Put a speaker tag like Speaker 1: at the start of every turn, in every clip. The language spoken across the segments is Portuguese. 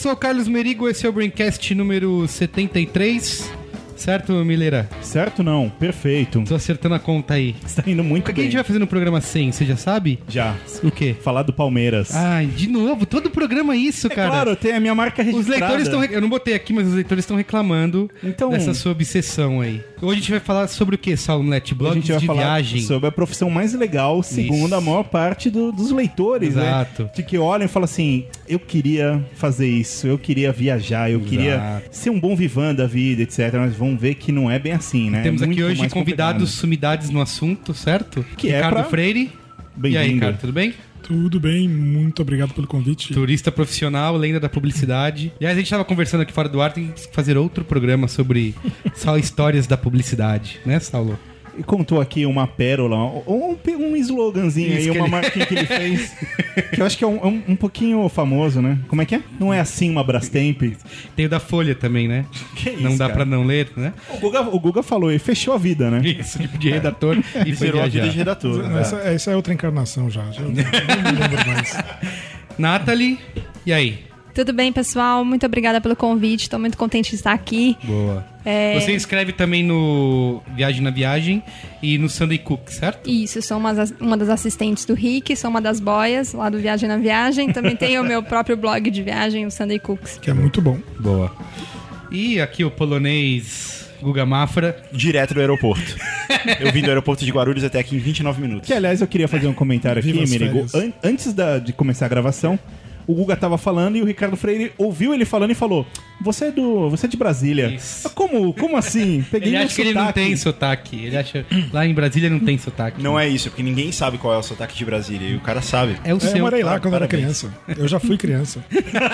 Speaker 1: sou o Carlos Merigo, esse é o Braincast número 73. Certo, Mileira?
Speaker 2: Certo não, perfeito.
Speaker 1: Tô acertando a conta aí.
Speaker 2: Você tá indo muito
Speaker 1: O que a
Speaker 2: bem.
Speaker 1: gente vai fazer no programa 100, você já sabe?
Speaker 2: Já.
Speaker 1: O quê?
Speaker 2: Falar do Palmeiras.
Speaker 1: Ai, de novo, todo programa é isso, cara.
Speaker 2: Claro, tem a minha marca
Speaker 1: Os
Speaker 2: registrada.
Speaker 1: leitores estão... Eu não botei aqui, mas os leitores estão reclamando
Speaker 2: Então-
Speaker 1: dessa sua obsessão aí. Hoje a gente vai falar sobre o quê, Saulo Net?
Speaker 2: A
Speaker 1: Blogs
Speaker 2: gente vai
Speaker 1: de
Speaker 2: falar
Speaker 1: viagem.
Speaker 2: sobre a profissão mais legal, segundo
Speaker 1: Isso.
Speaker 2: a maior parte dos leitores,
Speaker 1: Exato.
Speaker 2: né? De que olham e falam assim, eu queria fazer isso, eu queria viajar, eu queria ser um bom vivan da vida, etc. Mas vamos ver que não é bem assim, né?
Speaker 1: Temos
Speaker 2: É
Speaker 1: aqui
Speaker 2: muito
Speaker 1: hoje
Speaker 2: mais
Speaker 1: convidados,
Speaker 2: complicado.
Speaker 1: sumidades no assunto, certo?
Speaker 2: Que é
Speaker 1: Ricardo
Speaker 2: pra-
Speaker 1: Freire.
Speaker 2: Bem-vindo.
Speaker 1: E aí, Ricardo, tudo bem?
Speaker 3: Tudo bem, muito obrigado pelo convite.
Speaker 1: Turista profissional, lenda da publicidade. E aí a gente tava conversando aqui fora do ar, tem que fazer outro programa sobre só histórias da publicidade, né, Saulo?
Speaker 2: E contou aqui uma pérola, um sloganzinho
Speaker 1: Isso
Speaker 2: aí,
Speaker 1: que
Speaker 2: uma
Speaker 1: ele-
Speaker 2: marquinha que ele fez. Que eu acho que é um pouquinho famoso, né? Como é que é? Não é assim uma Brastemp?
Speaker 1: Tem o da Folha também, né?
Speaker 2: Que isso,
Speaker 1: Não dá
Speaker 2: cara?
Speaker 1: pra não ler, né?
Speaker 2: O Guga falou, ele fechou a vida, né?
Speaker 1: Isso, tipo de redator e foi
Speaker 4: Zerou a vida de
Speaker 1: viajar.
Speaker 4: redator. né?
Speaker 3: Essa é outra encarnação já. Eu não me lembro mais.
Speaker 1: Nathalie, e aí?
Speaker 5: Tudo bem, pessoal? Muito obrigada pelo convite. Estou muito contente de estar aqui.
Speaker 1: Boa.
Speaker 5: É,
Speaker 1: Você escreve também no Viagem na Viagem e no Sunday Cook, certo?
Speaker 5: Isso, sou uma das assistentes do Rick, sou uma das boias lá do Viagem na Viagem. Também tenho o meu próprio blog de viagem, o Sunday Cooks.
Speaker 3: Que é muito bom.
Speaker 1: Boa. E aqui o polonês Guga Mafra.
Speaker 4: Direto do aeroporto. Eu vim do aeroporto de Guarulhos até aqui em 29 minutos.
Speaker 2: Que, aliás, eu queria fazer um comentário aqui,
Speaker 3: Viva as
Speaker 2: Merigo.
Speaker 3: férias.
Speaker 2: Antes de começar a gravação, o Guga tava falando e o Ricardo Freire ouviu ele falando e falou: Você é de Brasília.
Speaker 1: Isso.
Speaker 2: Ah, Como assim? Peguei
Speaker 1: Ele
Speaker 2: meu
Speaker 1: acha que ele não
Speaker 2: sotaque.
Speaker 1: tem sotaque. Ele acha... Lá em Brasília não tem sotaque.
Speaker 4: Não é isso, porque ninguém sabe qual é o sotaque de Brasília. E o cara sabe.
Speaker 1: É o
Speaker 3: Eu
Speaker 1: seu.
Speaker 3: morei lá quando era
Speaker 4: Parabéns.
Speaker 3: criança. Eu já fui criança.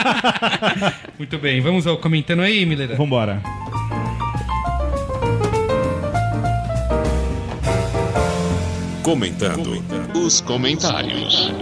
Speaker 1: Muito bem. Vamos ao comentando aí, Milera?
Speaker 2: Vambora.
Speaker 6: Comentando os comentários.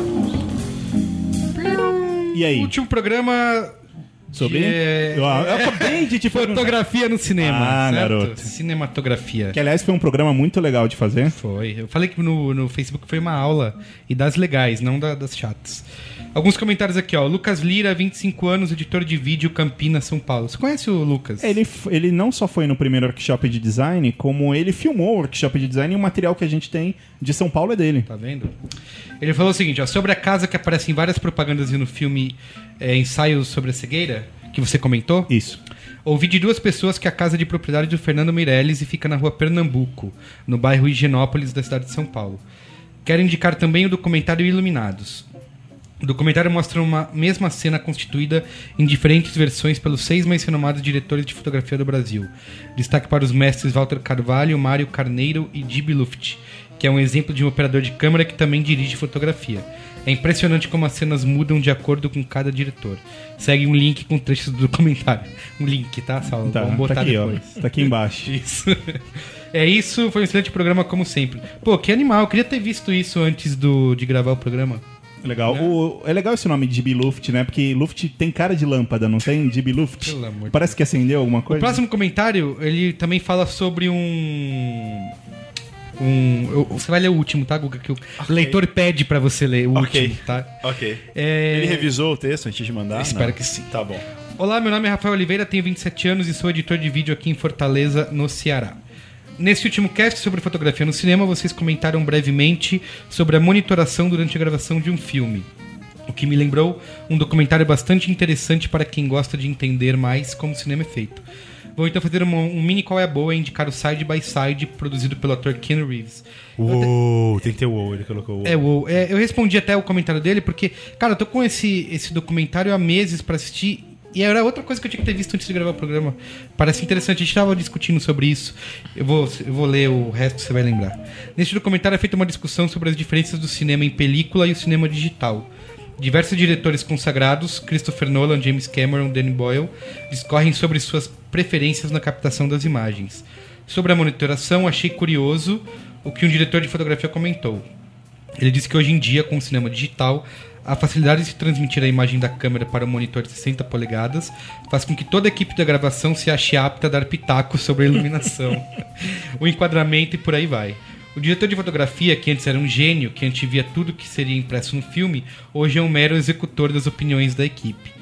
Speaker 2: E aí?
Speaker 1: Último programa
Speaker 2: Sobre?
Speaker 1: de-
Speaker 2: Eu acabei de te perguntar.
Speaker 1: fotografia no cinema,
Speaker 2: Ah,
Speaker 1: certo?
Speaker 2: garoto.
Speaker 1: Cinematografia.
Speaker 2: Que, aliás, foi um programa muito legal de fazer.
Speaker 1: Foi. Eu falei que no Facebook foi uma aula. E das legais, não das chatas. Alguns comentários aqui, ó. Lucas Lira, 25 anos, editor de vídeo, Campinas, São Paulo. Você conhece o Lucas?
Speaker 2: Ele não só foi no primeiro workshop de design, como ele filmou o workshop de design e o material que a gente tem de São Paulo é dele.
Speaker 1: Tá vendo? Ele falou o seguinte, ó. Sobre a casa que aparece em várias propagandas e no filme Ensaios sobre a Cegueira, que você comentou.
Speaker 2: Isso.
Speaker 1: Ouvi de duas pessoas que a casa é de propriedade do Fernando Meirelles e fica na rua Pernambuco, no bairro Higienópolis da cidade de São Paulo. Quero indicar também o documentário Iluminados. O documentário mostra uma mesma cena constituída em diferentes versões pelos 6 mais renomados diretores de fotografia do Brasil. Destaque para os mestres Walter Carvalho, Mário Carneiro e Gibi Luft, que é um exemplo de um operador de câmera que também dirige fotografia. É impressionante como as cenas mudam de acordo com cada diretor. Segue um link com trechos do documentário. Um link, tá, Saulo?
Speaker 2: Tá,
Speaker 1: Vamos botar
Speaker 2: tá aqui,
Speaker 1: depois.
Speaker 2: ó. Tá aqui embaixo.
Speaker 1: Isso. É isso, foi um excelente programa como sempre. Pô, que animal, eu queria ter visto isso antes de gravar o programa.
Speaker 2: Legal. É legal esse nome de Gibi Luft, né? Porque Luft tem cara de lâmpada, não tem? Gibi Luft?
Speaker 1: Pelo amor de
Speaker 2: Parece que acendeu alguma
Speaker 1: O
Speaker 2: coisa.
Speaker 1: próximo comentário, ele também fala sobre você vai ler o último, tá, Guga? Que o leitor pede pra você ler o
Speaker 4: Ok.
Speaker 1: último, tá?
Speaker 4: Ok.
Speaker 1: É...
Speaker 4: Ele revisou o texto antes de mandar?
Speaker 1: Espero
Speaker 4: Não.
Speaker 1: que sim.
Speaker 4: Tá bom.
Speaker 1: Olá, meu nome é Rafael Oliveira, tenho 27 anos e sou editor de vídeo aqui em Fortaleza, no Ceará. Nesse último cast sobre fotografia no cinema, vocês comentaram brevemente sobre a monitoração durante a gravação de um filme. O que me lembrou um documentário bastante interessante para quem gosta de entender mais como o cinema é feito. Vou então fazer um mini qual é a boa e indicar o Side by Side, produzido pelo ator Keanu Reeves.
Speaker 4: Uou, tem que ter o uou, ele colocou o uou.
Speaker 1: Eu respondi até o comentário dele, porque, cara, eu tô com esse documentário há meses pra assistir, e era outra coisa que eu tinha que ter visto antes de gravar o programa. Parece interessante, a gente tava discutindo sobre isso. Eu vou ler o resto, você vai lembrar. Neste documentário é feita uma discussão sobre as diferenças do cinema em película e o cinema digital. Diversos diretores consagrados, Christopher Nolan, James Cameron, Danny Boyle, discorrem sobre suas preferências na captação das imagens. Sobre a monitoração, achei curioso o que um diretor de fotografia comentou. Ele disse que hoje em dia, com o cinema digital, a facilidade de transmitir a imagem da câmera para um monitor de 60 polegadas faz com que toda a equipe da gravação se ache apta a dar pitaco sobre a iluminação, o enquadramento e por aí vai. O diretor de fotografia, que antes era um gênio, que antevia tudo que seria impresso no filme, hoje é um mero executor das opiniões da equipe.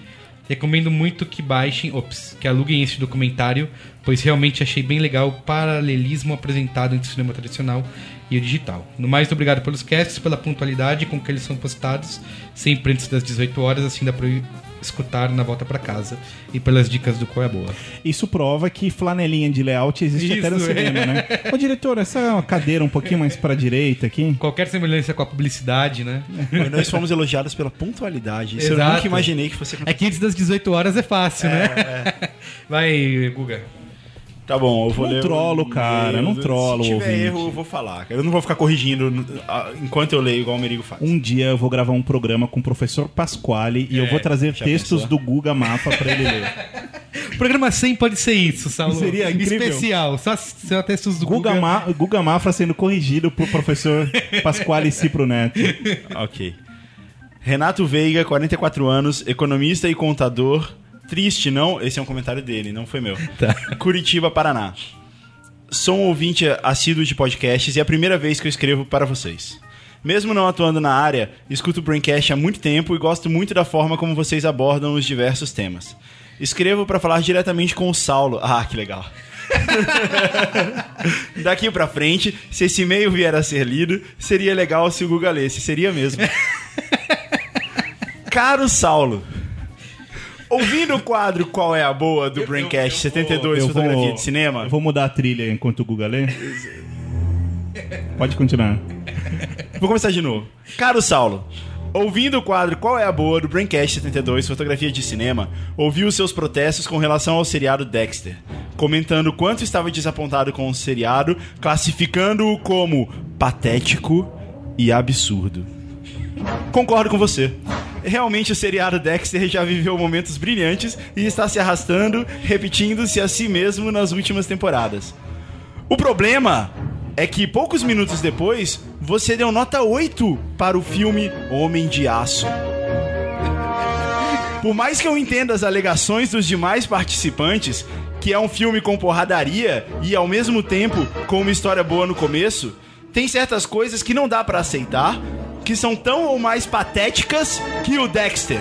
Speaker 1: Recomendo muito que que aluguem esse documentário, pois realmente achei bem legal o paralelismo apresentado entre o cinema tradicional e o digital. No mais, obrigado pelos casts, pela pontualidade com que eles são postados, sempre antes das 18 horas, assim dá pra eu escutar na volta pra casa, e pelas dicas do Qual é a Boa.
Speaker 2: Isso prova que flanelinha de layout existe até no cinema, né? Ô, diretor, essa cadeira um pouquinho mais pra direita aqui.
Speaker 1: Qualquer semelhança com a publicidade, né?
Speaker 4: Nós fomos elogiados pela pontualidade. Isso eu
Speaker 1: Exato.
Speaker 4: nunca imaginei que fosse...
Speaker 1: É que antes das 18 horas é fácil, né? Vai, Guga.
Speaker 4: Tá bom, eu vou
Speaker 2: Não
Speaker 4: ler.
Speaker 2: trolo, cara, não trolo,
Speaker 4: Se tiver
Speaker 2: ouvinte.
Speaker 4: erro, eu vou falar. Cara. Eu não vou ficar corrigindo enquanto eu leio, igual o Merigo faz.
Speaker 2: Um dia eu vou gravar um programa com o professor Pasquale e eu vou trazer
Speaker 4: já
Speaker 2: textos
Speaker 4: pensou?
Speaker 2: do Guga Mafra pra ele ler.
Speaker 1: O programa 100 pode ser isso, Saulo.
Speaker 2: Seria incrível.
Speaker 1: Especial, só textos do
Speaker 2: Guga,
Speaker 1: Guga.
Speaker 2: Guga Mafra sendo corrigido por professor Pasquale Cipro Neto.
Speaker 4: Ok. Renato Veiga, 44 anos, economista e contador. Triste, não? Esse é um comentário dele, não foi meu.
Speaker 1: Tá.
Speaker 4: Curitiba, Paraná. Sou um ouvinte assíduo de podcasts e é a primeira vez que eu escrevo para vocês. Mesmo não atuando na área, escuto o Braincast há muito tempo e gosto muito da forma como vocês abordam os diversos temas. Escrevo para falar diretamente com o Saulo. Ah, que legal. Daqui pra frente, se esse e-mail vier a ser lido, seria legal se o Guga lesse. Seria mesmo. Caro Saulo, ouvindo o quadro Qual é a Boa do Braincast 72, fotografia de cinema...
Speaker 2: Eu vou mudar a trilha enquanto o Guga lê. Pode continuar.
Speaker 4: Vou começar de novo. Caro Saulo, ouvindo o quadro Qual é a Boa do Braincast 72, fotografia de cinema, ouvi os seus protestos com relação ao seriado Dexter, comentando o quanto estava desapontado com o seriado, classificando-o como patético e absurdo. Concordo com você. Realmente o seriado Dexter já viveu momentos brilhantes e está se arrastando, repetindo-se a si mesmo nas últimas temporadas. O problema é que poucos minutos depois, você deu nota 8 para o filme Homem de Aço. Por mais que eu entenda as alegações dos demais participantes, que é um filme com porradaria e ao mesmo tempo com uma história boa no começo, tem certas coisas que não dá pra aceitar, que são tão ou mais patéticas que o Dexter.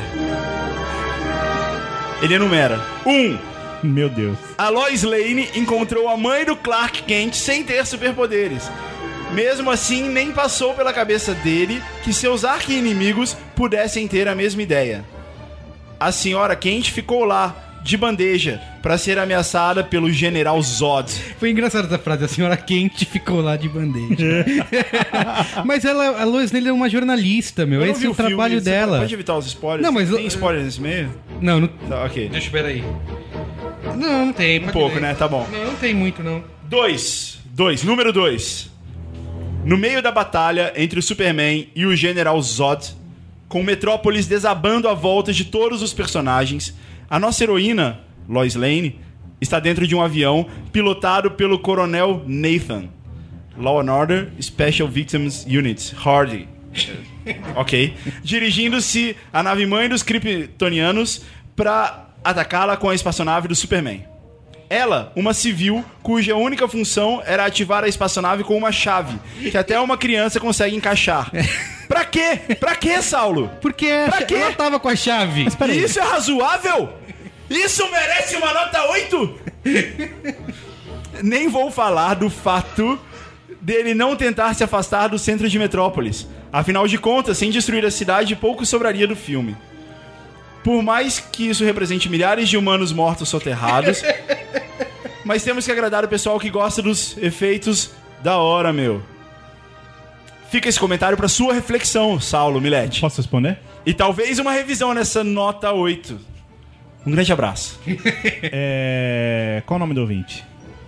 Speaker 4: Ele enumera: 1.
Speaker 2: Meu Deus.
Speaker 4: A Lois Lane encontrou a mãe do Clark Kent sem ter superpoderes. Mesmo assim, nem passou pela cabeça dele que seus arqui-inimigos pudessem ter a mesma ideia. A senhora Kent ficou lá, de bandeja, pra ser ameaçada pelo General Zod.
Speaker 1: Foi engraçada essa frase, a senhora Quente ficou lá de bandeja. Mas a Lois Lane é uma jornalista, meu.
Speaker 4: Eu não
Speaker 1: Esse
Speaker 4: vi
Speaker 1: é o trabalho
Speaker 4: filme,
Speaker 1: dela.
Speaker 4: Pode evitar os spoilers?
Speaker 1: Não, mas
Speaker 4: tem spoilers nesse meio?
Speaker 1: Não,
Speaker 4: Tá, ok.
Speaker 1: deixa eu ver aí. Não tem.
Speaker 4: Um pouco, né? Tá bom.
Speaker 1: Não tem muito, não.
Speaker 4: 2. Número 2. No meio da batalha entre o Superman e o General Zod, com Metrópolis desabando à volta de todos os personagens, a nossa heroína, Lois Lane, está dentro de um avião pilotado pelo Coronel Nathan. Law and Order Special Victims Units, Hardy. Ok. Dirigindo-se à nave-mãe dos kryptonianos para atacá-la com a espaçonave do Superman. Ela, uma civil, cuja única função era ativar a espaçonave com uma chave, que até uma criança consegue encaixar. Pra quê? Pra quê, Saulo?
Speaker 1: Porque
Speaker 4: Pra quê?
Speaker 1: ela tava com a chave.
Speaker 4: Isso é razoável? Isso merece uma nota 8? Nem vou falar do fato dele não tentar se afastar do centro de Metrópolis. Afinal de contas, sem destruir a cidade, pouco sobraria do filme. Por mais que isso represente milhares de humanos mortos soterrados, mas temos que agradar o pessoal que gosta dos efeitos da hora, meu. Fica esse comentário pra sua reflexão, Saulo Milete.
Speaker 2: Posso responder?
Speaker 4: E talvez uma revisão nessa nota 8. Um grande abraço.
Speaker 2: Qual o nome do ouvinte?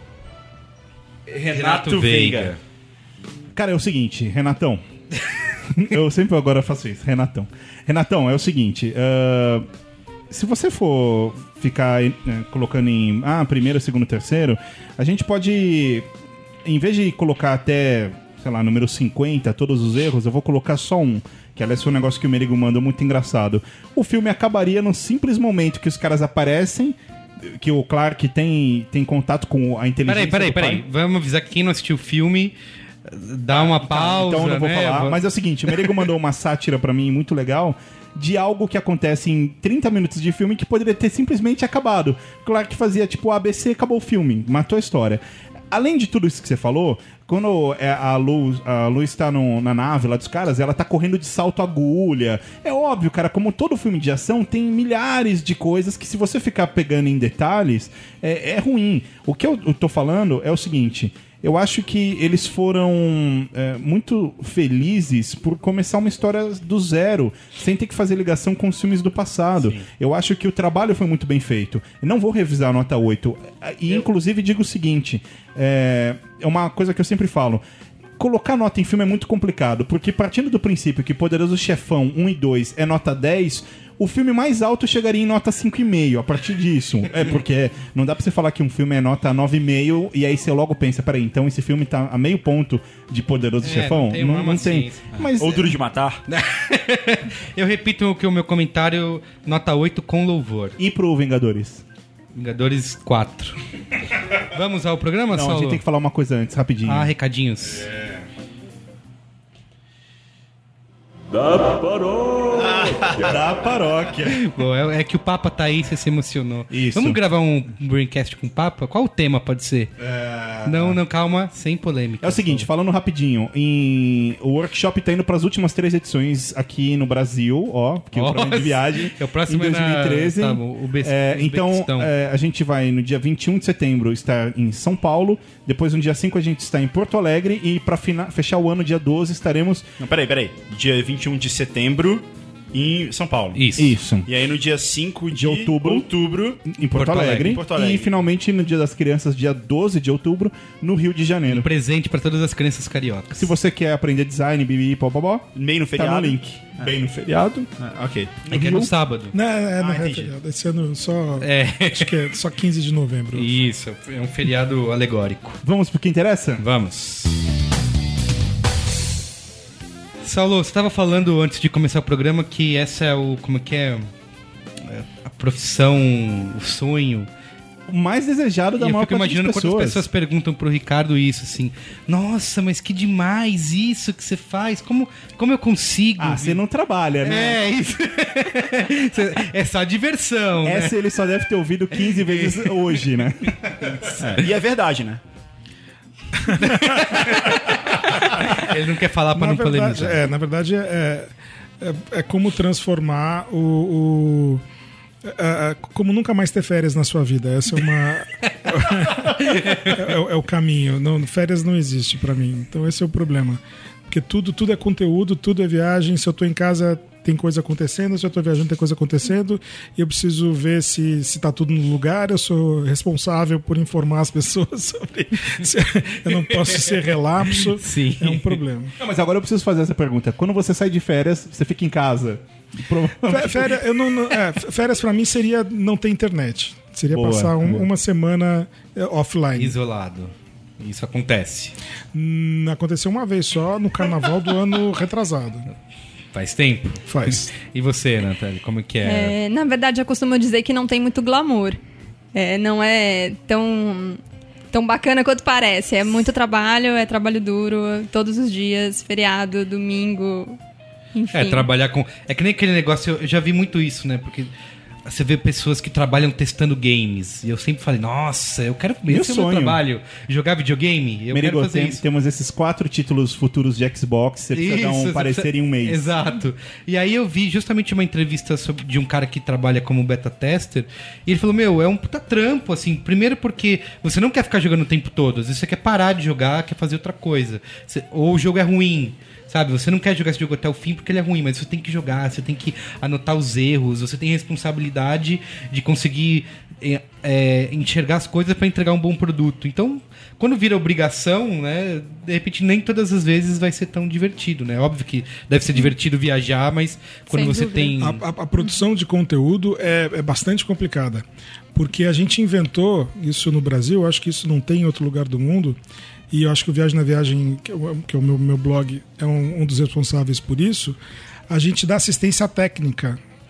Speaker 4: Renato Veiga.
Speaker 2: Cara, é o seguinte, Renatão. Eu sempre agora faço isso, Renatão. Renatão, é o seguinte. Se você for ficar colocando em primeiro, segundo, terceiro, a gente pode, em vez de colocar até, sei lá, número 50, todos os erros, eu vou colocar só um. Que aliás foi um negócio que o Merigo mandou muito engraçado. O filme acabaria no simples momento que os caras aparecem, que o Clark tem contato com a inteligência do pai.
Speaker 1: Peraí. Vamos avisar que quem não assistiu o filme, dar uma pausa,
Speaker 2: Então eu não vou
Speaker 1: né?
Speaker 2: falar. Mas é o seguinte, o Merigo mandou uma sátira pra mim muito legal de algo que acontece em 30 minutos de filme que poderia ter simplesmente acabado. Claro que fazia tipo ABC, acabou o filme, matou a história. Além de tudo isso que você falou, quando a Lu está na nave lá dos caras, ela tá correndo de salto agulha. É óbvio, cara, como todo filme de ação, tem milhares de coisas que se você ficar pegando em detalhes, é ruim. O que eu tô falando é o seguinte... Eu acho que eles foram muito felizes por começar uma história do zero, sem ter que fazer ligação com os filmes do passado. Sim. Eu acho que o trabalho foi muito bem feito. Eu não vou revisar a nota 8. E, inclusive, digo o seguinte: é uma coisa que eu sempre falo. Colocar nota em filme é muito complicado, porque partindo do princípio que Poderoso Chefão 1 e 2 é nota 10, o filme mais alto chegaria em nota 5,5 a partir disso. Porque não dá pra você falar que um filme é nota 9,5 e aí você logo pensa, peraí, então esse filme tá a meio ponto de Poderoso Chefão? Não tem. Mas,
Speaker 4: ou Duro de Matar.
Speaker 1: Eu repito que o meu comentário, nota 8 com louvor.
Speaker 2: E pro Vingadores?
Speaker 1: Vingadores 4. Vamos ao programa,
Speaker 2: Não,
Speaker 1: Saulo?
Speaker 2: a gente tem que falar uma coisa antes, rapidinho.
Speaker 1: Recadinhos.
Speaker 2: Da paróquia.
Speaker 1: Bom, é que o Papa tá aí, você se emocionou.
Speaker 2: Isso.
Speaker 1: Vamos gravar um Braincast com o Papa? Qual o tema pode ser? Não, calma, sem polêmica.
Speaker 2: É o seguinte, falando rapidinho, o workshop tá indo pras últimas 3 edições aqui no Brasil, porque o programa de viagem
Speaker 1: é o próximo
Speaker 2: em 2013. Então, a gente vai no dia 21 de setembro estar em São Paulo, depois no dia 5 a gente está em Porto Alegre e pra fechar o ano, dia 12, estaremos...
Speaker 4: Não, peraí. Dia 21 de setembro em São Paulo.
Speaker 2: Isso.
Speaker 4: E aí no dia 5 de outubro
Speaker 2: em Porto Alegre. E finalmente no dia das crianças, dia 12 de outubro, no Rio de Janeiro.
Speaker 1: Um presente para todas as crianças cariocas.
Speaker 2: Se você quer aprender design, bibi, popobó,
Speaker 4: bem no feriado.
Speaker 2: Tá no link. Bem no feriado.
Speaker 4: Ok.
Speaker 1: É que é no sábado.
Speaker 3: Não é feriado. Esse ano só... Acho que é só 15 de novembro.
Speaker 1: Isso, é um feriado alegórico.
Speaker 2: Vamos pro que interessa?
Speaker 1: Vamos. Saulo, você estava falando antes de começar o programa que essa é a profissão, o sonho.
Speaker 2: O mais desejado da maior parte das pessoas. Eu fico imaginando
Speaker 1: quantas pessoas perguntam pro Ricardo isso, assim. Nossa, mas que demais isso que você faz. Como eu consigo?
Speaker 2: Você não trabalha, né?
Speaker 1: É, isso. É só diversão.
Speaker 2: Essa
Speaker 1: né?
Speaker 2: ele só deve ter ouvido 15 vezes hoje, né?
Speaker 4: E é verdade, né?
Speaker 1: Ele não quer falar para não polemizar.
Speaker 3: Na verdade, é como transformar como nunca mais ter férias na sua vida. Essa é é o caminho. Férias não existe para mim. Então esse é o problema. Porque tudo é conteúdo, tudo é viagem. Se eu tô em casa, tem coisa acontecendo. Se eu tô viajando, tem coisa acontecendo. E eu preciso ver se tá tudo no lugar. Eu sou responsável por informar as pessoas sobre... Eu não posso ser relapso.
Speaker 1: Sim.
Speaker 3: É um problema.
Speaker 2: Não, mas agora eu preciso fazer essa pergunta. Quando você sai de férias, você fica em casa?
Speaker 3: Férias pra mim seria não ter internet. Seria passar uma semana offline.
Speaker 1: Isolado. Isso acontece.
Speaker 3: Aconteceu uma vez só no carnaval do ano retrasado.
Speaker 1: Faz tempo?
Speaker 3: Faz.
Speaker 1: E você, Natália, como que é?
Speaker 5: Na verdade, eu costumo dizer que não tem muito glamour. Não é tão bacana quanto parece. É muito trabalho, é trabalho duro, todos os dias, feriado, domingo, enfim.
Speaker 1: Trabalhar com... É que nem aquele negócio, eu já vi muito isso, né? Porque você vê pessoas que trabalham testando games. E eu sempre falei, nossa, eu quero ver esse meu trabalho. Jogar videogame, eu quero fazer isso.
Speaker 2: Temos esses 4 títulos futuros de Xbox, você precisa dar um parecer em um mês.
Speaker 1: Exato. E aí eu vi justamente uma entrevista de um cara que trabalha como beta tester, e ele falou, é um puta trampo, assim, primeiro porque você não quer ficar jogando o tempo todo, às vezes você quer parar de jogar, quer fazer outra coisa. Ou o jogo é ruim. Sabe, você não quer jogar esse jogo até o fim porque ele é ruim, mas você tem que jogar, você tem que anotar os erros, você tem responsabilidade de conseguir enxergar as coisas para entregar um bom produto. Então, quando vira obrigação, né, de repente nem todas as vezes vai ser tão divertido, né? Óbvio que deve ser divertido viajar, mas quando
Speaker 5: sem
Speaker 1: você
Speaker 5: dúvida.
Speaker 1: tem...
Speaker 3: A produção de conteúdo é bastante complicada, porque a gente inventou isso no Brasil, acho que isso não tem em outro lugar do mundo. E eu acho que o Viagem na Viagem, que é o meu blog, é um dos responsáveis por isso. A gente dá assistência técnica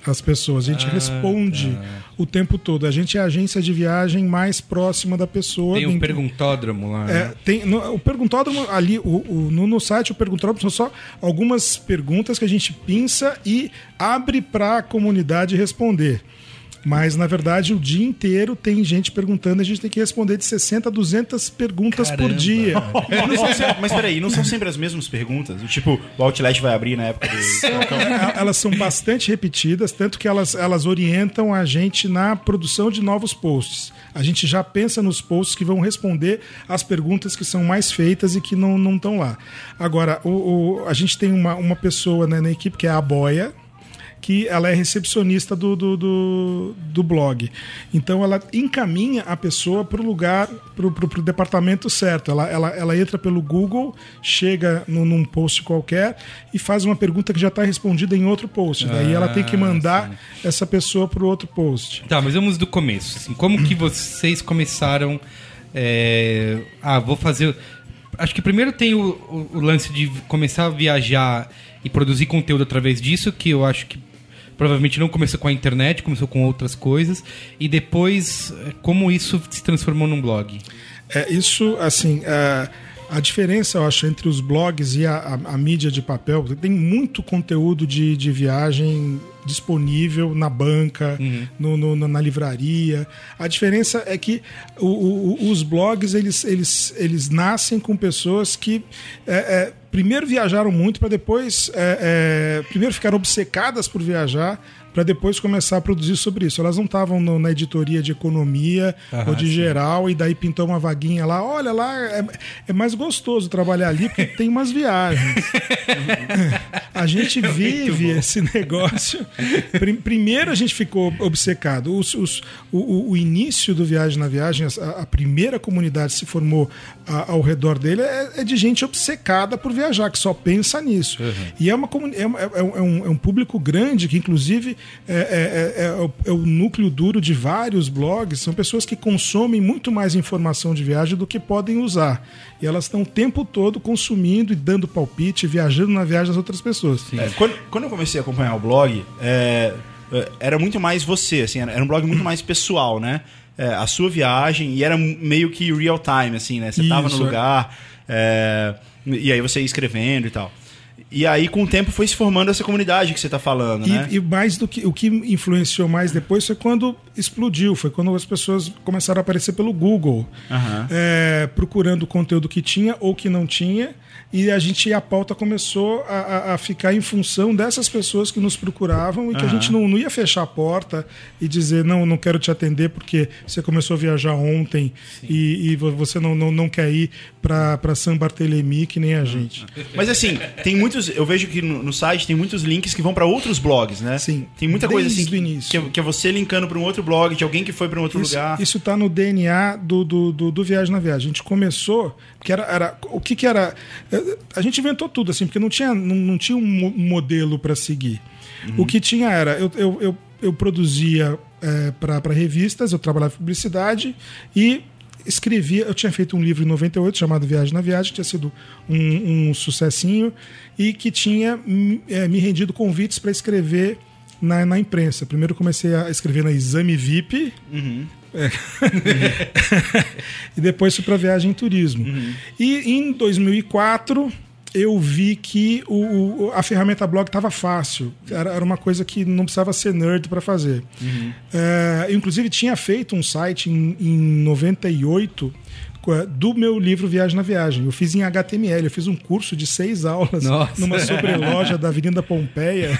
Speaker 3: as pessoas. A gente responde o tempo todo. A gente é a agência de viagem mais próxima da pessoa.
Speaker 1: Tem um perguntódromo lá. Né?
Speaker 3: O perguntódromo ali, no site, o perguntódromo são só algumas perguntas que a gente pinça e abre para a comunidade responder. Mas, na verdade, o dia inteiro tem gente perguntando, a gente tem que responder de 60 a 200 perguntas por dia.
Speaker 4: Mas peraí, não são sempre as mesmas perguntas? Tipo, o Outlet vai abrir na época do...
Speaker 3: Elas são bastante repetidas, tanto que elas orientam a gente na produção de novos posts. A gente já pensa nos posts que vão responder as perguntas que são mais feitas e que não estão lá. Agora, a gente tem uma pessoa, né, na equipe que é a Boia, que ela é recepcionista do blog. Então ela encaminha a pessoa para o lugar, para o departamento certo. Ela entra pelo Google, chega num post qualquer e faz uma pergunta que já está respondida em outro post. Daí ela tem que mandar essa pessoa para o outro post.
Speaker 1: Tá, mas vamos do começo. Assim, como que vocês começaram... vou fazer... Acho que primeiro tem o lance de começar a viajar e produzir conteúdo através disso, que eu acho que provavelmente não começou com a internet, começou com outras coisas. E depois, como isso se transformou num blog?
Speaker 3: Isso, assim... A diferença, eu acho, entre os blogs e a mídia de papel, tem muito conteúdo de viagem disponível na banca, na livraria. A diferença é que os blogs, eles nascem com pessoas que primeiro viajaram muito para depois... primeiro ficaram obcecadas por viajar para depois começar a produzir sobre isso. Elas não estavam na editoria de economia ou de geral, e daí pintou uma vaguinha lá. Olha, lá é mais gostoso trabalhar ali porque tem umas viagens. A gente vive esse negócio. Primeiro a gente ficou obcecado. O início do Viagem na Viagem, a primeira comunidade que se formou ao redor dele é de gente obcecada por viajar, que só pensa nisso. E é um público grande que, inclusive, é o núcleo duro de vários blogs. São pessoas que consomem muito mais informação de viagem do que podem usar. E elas estão o tempo todo consumindo e dando palpite, viajando na viagem das outras pessoas.
Speaker 4: Quando eu comecei a acompanhar o blog, era muito mais você, assim, era um blog muito mais pessoal, né? A sua viagem, e era meio que real time, assim, né? Você estava no lugar, e aí você ia escrevendo e tal. E aí, com o tempo, foi se formando essa comunidade que você está falando, né?
Speaker 3: E mais do que o que influenciou mais depois foi quando explodiu, foi quando as pessoas começaram a aparecer pelo Google, procurando o conteúdo que tinha ou que não tinha, e a pauta começou a ficar em função dessas pessoas que nos procuravam, e que a gente não ia fechar a porta e dizer, não quero te atender porque você começou a viajar ontem e você não quer ir para San Barthélemy, que nem a gente.
Speaker 4: Mas assim, tem muitos... Eu vejo que no site tem muitos links que vão para outros blogs, né?
Speaker 3: Sim.
Speaker 4: Tem muita coisa assim
Speaker 3: do início.
Speaker 4: Que é você linkando para um outro blog, de alguém que foi para um outro lugar.
Speaker 3: Isso está no DNA do Viagem na Viagem. A gente começou... Porque o que era... A gente inventou tudo, assim, porque não tinha um modelo para seguir. O que tinha era... Eu produzia para revistas, eu trabalhava em publicidade e escrevia... Eu tinha feito um livro em 98 chamado Viagem na Viagem, que tinha sido um sucessinho e que tinha me rendido convites para escrever na imprensa. Primeiro comecei a escrever na Exame VIP... e depois fui para Viagem e Turismo. E em 2004 eu vi que a ferramenta blog estava fácil. Era uma coisa que não precisava ser nerd para fazer. Eu, inclusive, tinha feito um site em 98 do meu livro Viagem na Viagem. Eu fiz em HTML, eu fiz um curso de 6 aulas numa sobreloja da Avenida Pompeia.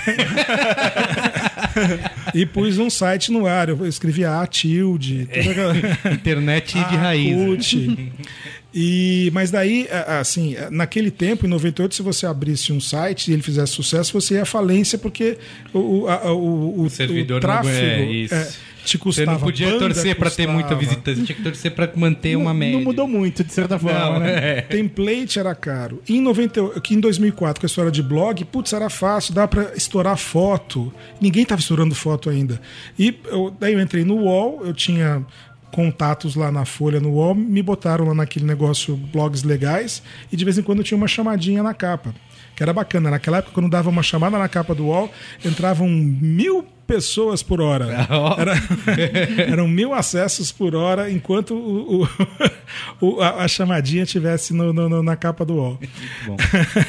Speaker 3: E pus um site no ar. Eu escrevi Tilde,
Speaker 1: internet de raiz.
Speaker 3: Mas daí, assim, naquele tempo, em 98, se você abrisse um site e ele fizesse sucesso, você ia à falência, porque o
Speaker 1: servidor
Speaker 3: tráfego te custava.
Speaker 1: Você não podia torcer para ter muita visitante, tinha que torcer para manter uma média.
Speaker 2: Não mudou muito, de certa forma, né?
Speaker 3: Template era caro. Em 2004, com a história de blog, era fácil, dava para estourar foto. Ninguém estava estourando foto ainda. E daí eu entrei no UOL, eu tinha contatos lá na Folha, no UOL, me botaram lá naquele negócio, blogs legais, e de vez em quando tinha uma chamadinha na capa. que era bacana. Naquela época, quando dava uma chamada na capa do UOL, entravam 1.000 pessoas por hora. Eram 1.000 acessos por hora, enquanto a chamadinha estivesse na capa do UOL.
Speaker 2: Bom.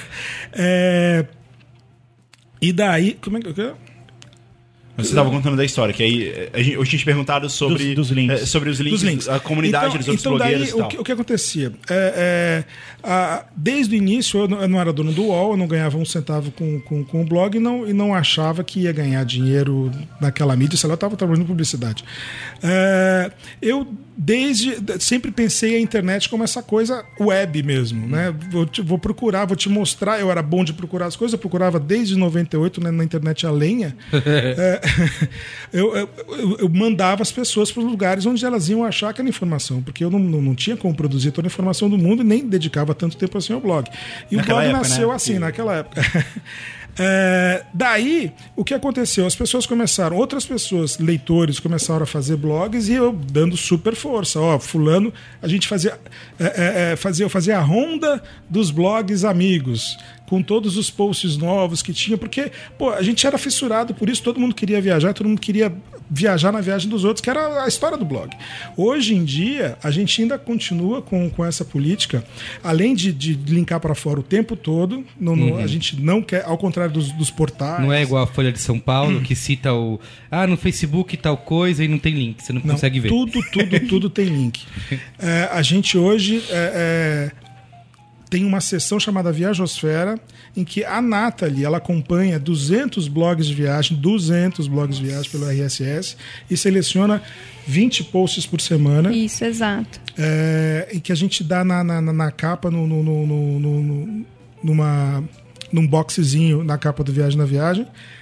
Speaker 3: E daí... Como é que...
Speaker 4: Você estava contando da história, que aí eu tinha te perguntado sobre,
Speaker 2: Dos links.
Speaker 4: Sobre os links, a comunidade dos outros blogueiros
Speaker 3: daí,
Speaker 4: e tal.
Speaker 3: O que acontecia? Desde o início, eu não era dono do UOL, eu não ganhava um centavo com o blog e não achava que ia ganhar dinheiro naquela mídia, sei lá, eu estava trabalhando em publicidade. Eu sempre pensei a internet como essa coisa web mesmo, né? Vou procurar, vou te mostrar. Eu era bom de procurar as coisas, eu procurava desde 98, né, na internet a lenha. Eu mandava as pessoas para os lugares onde elas iam achar aquela informação, porque eu não tinha como produzir toda a informação do mundo e nem dedicava tanto tempo assim ao blog. E naquela o blog época, nasceu, né? Assim, naquela época. Daí, o que aconteceu? As pessoas começaram, outras pessoas, leitores, começaram a fazer blogs e eu dando super força. Fulano, a gente eu fazia a ronda dos blogs amigos, com todos os posts novos que tinha, porque a gente era fissurado por isso, todo mundo queria viajar, todo mundo queria viajar na viagem dos outros, que era a história do blog. Hoje em dia, a gente ainda continua com essa política, além de linkar para fora o tempo todo, a gente não quer, ao contrário dos portais.
Speaker 1: Não é igual a Folha de São Paulo, que cita no Facebook tal coisa e não tem link, você não consegue ver.
Speaker 3: Tudo tem link. A gente hoje... tem uma seção chamada Viajosfera, em que a Nathalie ela acompanha 200 blogs de viagem pelo RSS e seleciona 20 posts por semana.
Speaker 5: Isso, exato.
Speaker 3: Em que a gente dá na capa, num boxezinho na capa do Viagem na Viagem,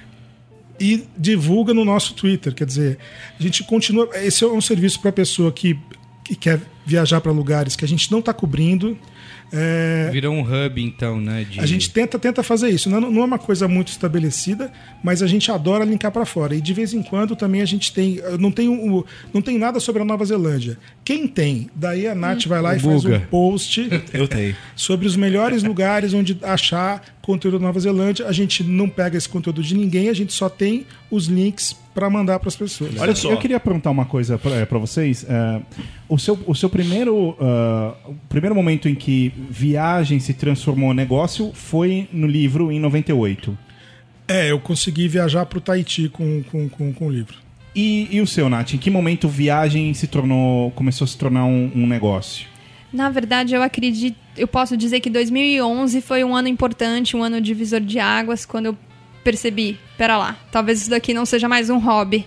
Speaker 3: e divulga no nosso Twitter. Quer dizer, a gente continua... Esse é um serviço para a pessoa que quer viajar para lugares que a gente não está cobrindo.
Speaker 1: Virou um hub, então, né?
Speaker 3: A gente tenta fazer isso. Não é uma coisa muito estabelecida, mas a gente adora linkar para fora. E de vez em quando também a gente tem... Não tem nada sobre a Nova Zelândia. Quem tem? Daí a Nath vai lá e faz um post sobre os melhores lugares onde achar conteúdo da Nova Zelândia. A gente não pega esse conteúdo de ninguém, a gente só tem os links para mandar para as pessoas.
Speaker 2: Olha só, eu queria perguntar uma coisa para vocês. O seu primeiro momento em que viagem se transformou em negócio foi no livro em 98.
Speaker 3: Eu consegui viajar para o Tahiti com o livro.
Speaker 2: E o seu, Nath? Em que momento viagem começou a se tornar um negócio?
Speaker 5: Na verdade, eu posso dizer que 2011 foi um ano importante, um ano divisor de águas, quando eu percebi, pera lá, talvez isso daqui não seja mais um hobby.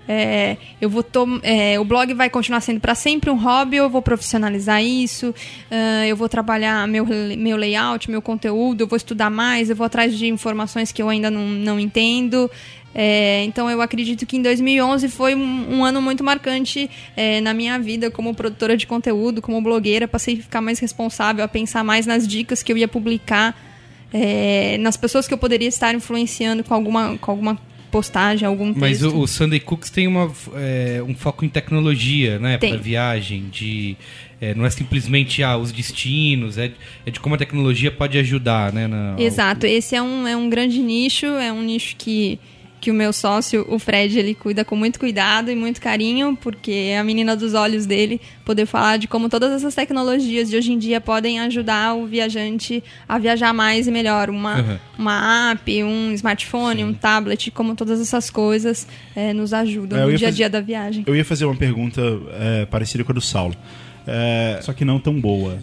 Speaker 5: O blog vai continuar sendo para sempre um hobby, eu vou profissionalizar isso, eu vou trabalhar meu layout, meu conteúdo, eu vou estudar mais, eu vou atrás de informações que eu ainda não entendo. Então eu acredito que em 2011 foi um ano muito marcante na minha vida como produtora de conteúdo, como blogueira. Passei a ficar mais responsável, a pensar mais nas dicas que eu ia publicar, nas pessoas que eu poderia estar influenciando com alguma postagem, algum texto.
Speaker 1: Mas o Sunday Cooks tem um foco em tecnologia, né? Para viagem, não é simplesmente os destinos, é de como a tecnologia pode ajudar, né?
Speaker 5: Exato, esse é um grande nicho, é um nicho que o meu sócio, o Fred, ele cuida com muito cuidado e muito carinho, porque é a menina dos olhos dele poder falar de como todas essas tecnologias de hoje em dia podem ajudar o viajante a viajar mais e melhor. Uma app, um smartphone, um tablet, como todas essas coisas nos ajudam no dia a dia da viagem.
Speaker 4: Eu ia fazer uma pergunta parecida com a do Saulo.
Speaker 2: Só que não tão boa.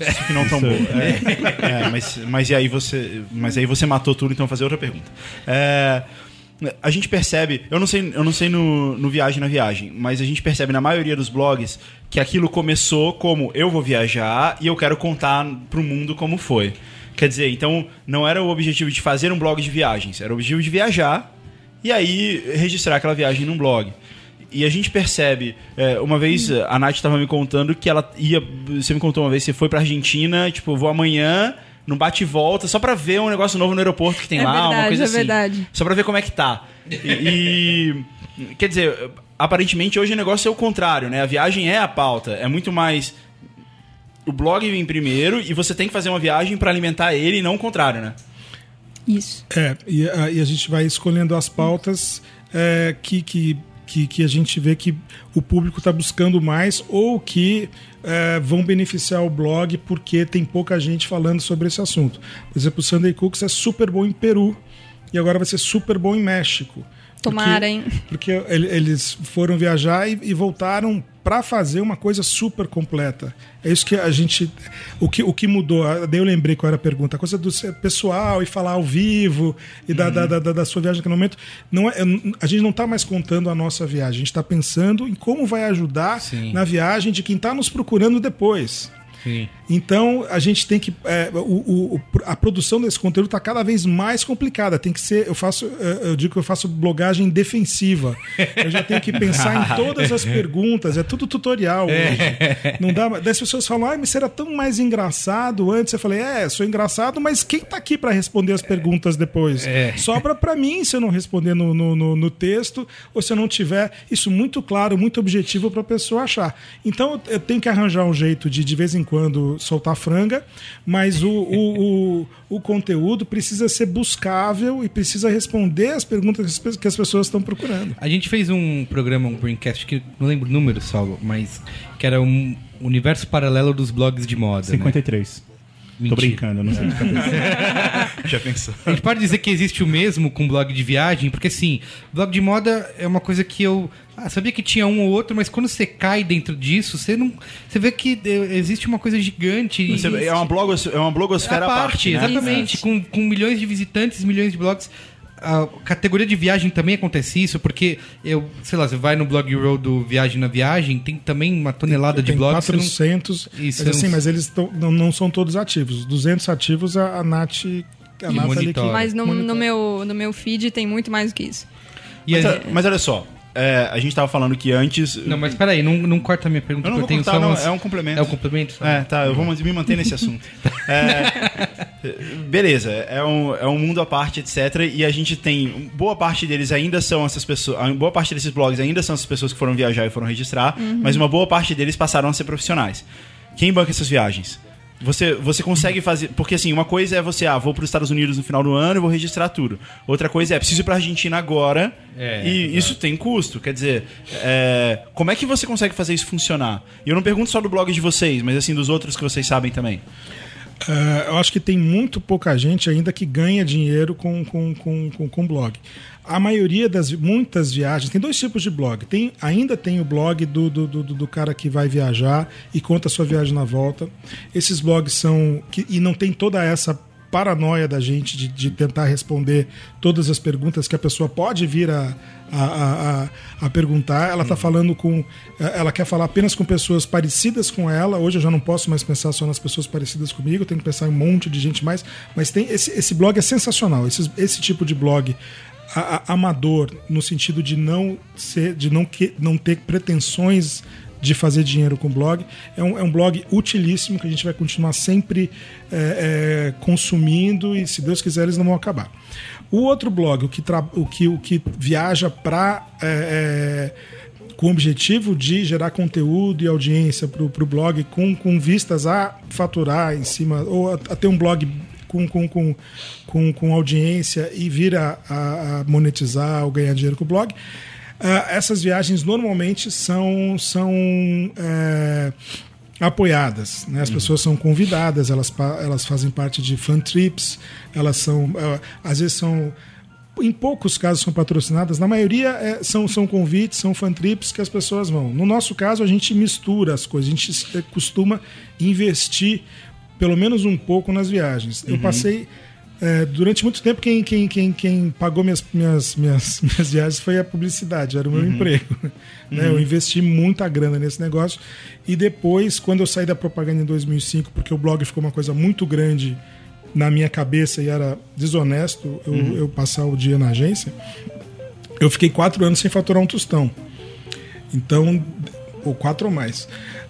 Speaker 4: Mas aí você matou tudo, então eu vou fazer outra pergunta. A gente percebe, eu não sei no Viagem na Viagem, mas a gente percebe na maioria dos blogs que aquilo começou como eu vou viajar e eu quero contar pro mundo como foi. Quer dizer, então não era o objetivo de fazer um blog de viagens, era o objetivo de viajar e aí registrar aquela viagem num blog. E a gente percebe, uma vez a Nath estava me contando que você me contou uma vez, você foi pra Argentina, tipo, eu vou amanhã... Não bate e volta, só pra ver um negócio novo no aeroporto que tem lá,
Speaker 5: verdade,
Speaker 4: uma coisa assim.
Speaker 5: É verdade.
Speaker 4: Só pra ver como é que tá. Quer dizer, aparentemente hoje o negócio é o contrário, né? A viagem é a pauta. É muito mais... O blog vem primeiro e você tem que fazer uma viagem pra alimentar ele e não o contrário, né?
Speaker 5: Isso.
Speaker 3: E a gente vai escolhendo as pautas que a gente vê que o público está buscando mais ou que vão beneficiar o blog porque tem pouca gente falando sobre esse assunto. Por exemplo, o Sunday Cooks é super bom em Peru e agora vai ser super bom em México.
Speaker 5: Tomara, hein?
Speaker 3: Porque eles foram viajar e voltaram para fazer uma coisa super completa. É isso que a gente... O que mudou? Daí eu lembrei qual era a pergunta. A coisa do pessoal e falar ao vivo e da sua viagem naquele momento. A gente não está mais contando a nossa viagem. A gente está pensando em como vai ajudar na viagem de quem está nos procurando depois.
Speaker 1: Sim.
Speaker 3: Então, a gente tem que... a produção desse conteúdo está cada vez mais complicada. Tem que ser... Eu digo que eu faço blogagem defensiva. Eu já tenho que pensar em todas as perguntas. É tudo tutorial hoje. Não dá... Daí as pessoas falam, mas você era tão mais engraçado antes. Eu falei, sou engraçado, mas quem está aqui para responder as perguntas depois? Sobra para mim se eu não responder no texto ou se eu não tiver isso muito claro, muito objetivo para a pessoa achar. Então, eu tenho que arranjar um jeito de vez em quando, soltar franga, mas o conteúdo precisa ser buscável e precisa responder as perguntas que as pessoas estão procurando.
Speaker 1: A gente fez um programa, um Braincast, que não lembro o número, Saulo, mas que era um universo paralelo dos blogs de moda.
Speaker 2: 53.
Speaker 1: Né?
Speaker 2: Tô brincando, não sei de cabeça.
Speaker 4: Já pensou?
Speaker 1: A gente pode dizer que existe o mesmo com blog de viagem, porque assim, blog de moda é uma coisa que eu sabia que tinha um ou outro, mas quando você cai dentro disso, você vê que existe uma coisa gigante.
Speaker 4: É uma blogosfera à parte, né?
Speaker 1: Exatamente, com milhões de visitantes, milhões de blogs. A categoria de viagem também acontece isso, porque você vai no Blog Roll do Viagem na Viagem, tem também uma tonelada de blogs.
Speaker 3: 400, mas eles não são todos ativos. Os 200 ativos a Nath
Speaker 1: monitora.
Speaker 5: Mas no meu feed tem muito mais do que isso.
Speaker 4: Mas olha só, a gente tava falando que antes...
Speaker 1: Não, mas peraí, não corta a minha pergunta.
Speaker 4: Eu não vou cortar, é um complemento.
Speaker 1: É um complemento?
Speaker 4: Eu vou me manter nesse assunto. Beleza, é um mundo à parte, etc. E a gente tem... Boa parte deles ainda são essas pessoas... Boa parte desses blogs ainda são essas pessoas que foram viajar e foram registrar, mas uma boa parte deles passaram a ser profissionais. Quem banca essas viagens? Você consegue fazer... Porque assim, uma coisa é você... vou para os Estados Unidos no final do ano e vou registrar tudo. Outra coisa é, preciso ir para a Argentina agora isso tem custo. Quer dizer, como é que você consegue fazer isso funcionar? E eu não pergunto só do blog de vocês, mas assim, dos outros que vocês sabem também.
Speaker 3: Eu acho que tem muito pouca gente ainda que ganha dinheiro com blog. A maioria muitas viagens... Tem dois tipos de blog. Ainda tem o blog do cara que vai viajar e conta a sua viagem na volta. Esses blogs são... E não tem toda essa paranoia da gente de tentar responder todas as perguntas que a pessoa pode vir a perguntar. Ela tá falando ela quer falar apenas com pessoas parecidas com ela. Hoje eu já não posso mais pensar só nas pessoas parecidas comigo, eu tenho que pensar em um monte de gente mais. Mas esse blog é sensacional. Esse tipo de blog amador, no sentido de não ter pretensões de fazer dinheiro com o blog, é um blog utilíssimo que a gente vai continuar sempre consumindo e, se Deus quiser, eles não vão acabar. O outro blog, o que viaja com o objetivo de gerar conteúdo e audiência para o blog com vistas a faturar em cima, ou a ter um blog com audiência e vir a monetizar ou ganhar dinheiro com o blog. Essas viagens normalmente são apoiadas, né? As pessoas são convidadas, elas fazem parte de fan trips, elas são, às vezes são, em poucos casos são patrocinadas, na maioria são convites, são fan trips que as pessoas vão. No nosso caso, a gente mistura as coisas, a gente costuma investir pelo menos um pouco nas viagens. Eu passei... durante muito tempo, quem pagou minhas viagens foi a publicidade, era o meu emprego. Né? Eu investi muita grana nesse negócio. E depois, quando eu saí da propaganda em 2005, porque o blog ficou uma coisa muito grande na minha cabeça e era desonesto eu passar o dia na agência, eu fiquei 4 anos sem faturar um tostão. Então, ou 4 ou mais.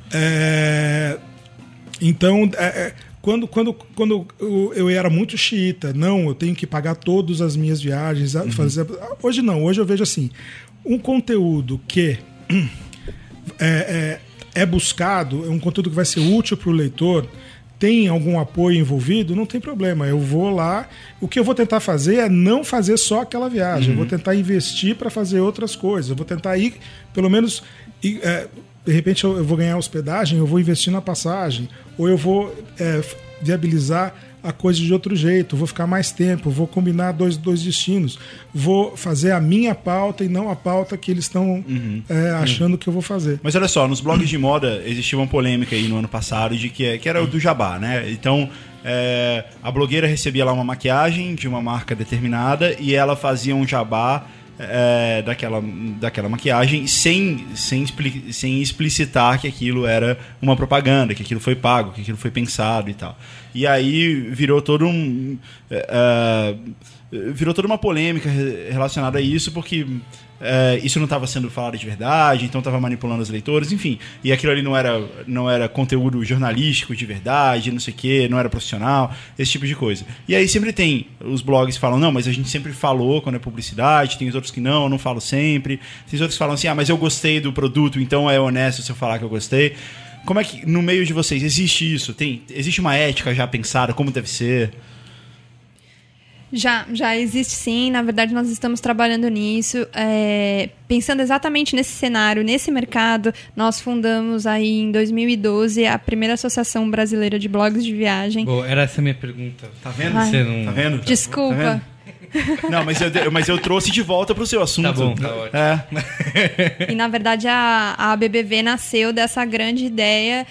Speaker 3: Então... Quando eu era muito xiita, eu tenho que pagar todas as minhas viagens. Hoje não, hoje eu vejo assim, um conteúdo que é buscado, é um conteúdo que vai ser útil para o leitor, tem algum apoio envolvido, não tem problema. Eu vou lá. O que eu vou tentar fazer é não fazer só aquela viagem. Eu vou tentar investir para fazer outras coisas. Eu vou tentar ir, pelo menos, de repente eu vou ganhar hospedagem, eu vou investir na passagem, ou eu vou viabilizar a coisa de outro jeito, vou ficar mais tempo, vou combinar dois destinos, vou fazer a minha pauta e não a pauta que eles estão achando que eu vou fazer.
Speaker 4: Mas olha só, nos blogs de moda existia uma polêmica aí no ano passado de que era o do jabá, né? Então, a blogueira recebia lá uma maquiagem de uma marca determinada e ela fazia um jabá daquela maquiagem sem explicitar que aquilo era uma propaganda, que aquilo foi pago, que aquilo foi pensado e tal. E aí virou toda uma polêmica relacionada a isso, porque isso não estava sendo falado de verdade, então estava manipulando os leitores, enfim. E aquilo ali não era conteúdo jornalístico de verdade, não sei o quê, não era profissional, esse tipo de coisa. E aí sempre tem os blogs que falam, não, mas a gente sempre falou quando é publicidade, tem os outros que não falo sempre. Tem os outros que falam assim, mas eu gostei do produto, então é honesto se eu falar que eu gostei. Como é que, no meio de vocês, existe isso? Existe uma ética já pensada, como deve ser?
Speaker 5: Já existe sim, na verdade nós estamos trabalhando nisso, pensando exatamente nesse cenário, nesse mercado. Nós fundamos aí em 2012 a primeira Associação Brasileira de Blogs de Viagem.
Speaker 1: Bom, era essa a minha pergunta.
Speaker 4: Tá vendo?
Speaker 1: Você não...
Speaker 4: Tá vendo?
Speaker 5: Desculpa.
Speaker 4: Tá vendo? Não, mas eu trouxe de volta pro seu assunto.
Speaker 1: Tá bom, tá ótimo.
Speaker 5: E na verdade a ABBV nasceu dessa grande ideia.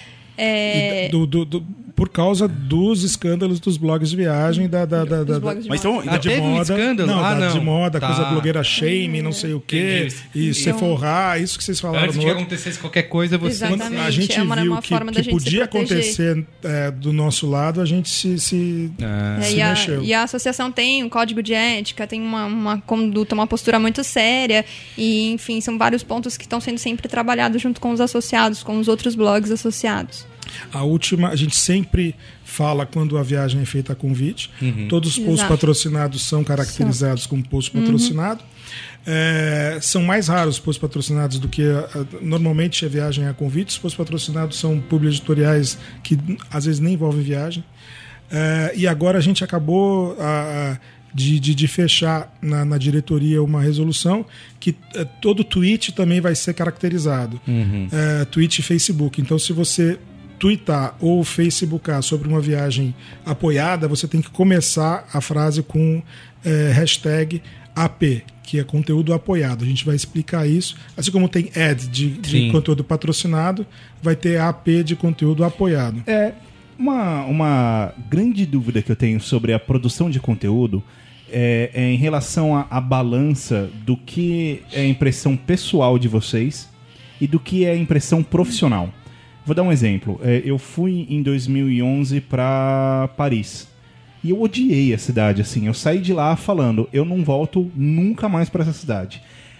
Speaker 3: Por causa dos escândalos dos blogs de viagem,
Speaker 5: Dos blogs de
Speaker 4: Mas
Speaker 5: moda.
Speaker 4: então,
Speaker 3: de
Speaker 1: teve um
Speaker 3: moda.
Speaker 1: escândalo?
Speaker 3: Não, de moda,
Speaker 1: Tá.
Speaker 3: coisa blogueira shame, não sei o quê, e Sephora, isso que vocês falaram
Speaker 1: Antes
Speaker 3: no
Speaker 1: de
Speaker 3: outro.
Speaker 1: acontecesse qualquer coisa, você...
Speaker 5: Exatamente.
Speaker 3: A gente
Speaker 5: É uma
Speaker 3: viu
Speaker 5: forma da
Speaker 3: que
Speaker 5: gente se
Speaker 3: podia
Speaker 5: proteger.
Speaker 3: acontecer do nosso lado, a gente se mexeu.
Speaker 5: E a associação tem um código de ética, tem uma conduta, uma postura muito séria. E, enfim, são vários pontos que estão sendo sempre trabalhados junto com os associados, com os outros blogs associados.
Speaker 3: A gente sempre fala quando a viagem é feita a convite. Todos os posts
Speaker 5: Exato.
Speaker 3: patrocinados são caracterizados como post patrocinado. São mais raros os posts patrocinados do que normalmente a viagem é a convite. Os posts patrocinados são publi editoriais que às vezes nem envolvem viagem. E agora a gente acabou de fechar na diretoria uma resolução que todo tweet também vai ser caracterizado. Tweet e Facebook. Então, se você tweetar ou facebookar sobre uma viagem apoiada, você tem que começar a frase com hashtag AP, que é conteúdo apoiado. A gente vai explicar isso. Assim como tem ad de conteúdo patrocinado, vai ter AP de conteúdo apoiado.
Speaker 2: Uma grande dúvida que eu tenho sobre a produção de conteúdo é em relação à balança do que é impressão pessoal de vocês e do que é impressão profissional. Vou dar um exemplo. Eu fui em 2011 para Paris e eu odiei a cidade. Assim, eu saí de lá falando, eu não volto nunca mais para essa cidade.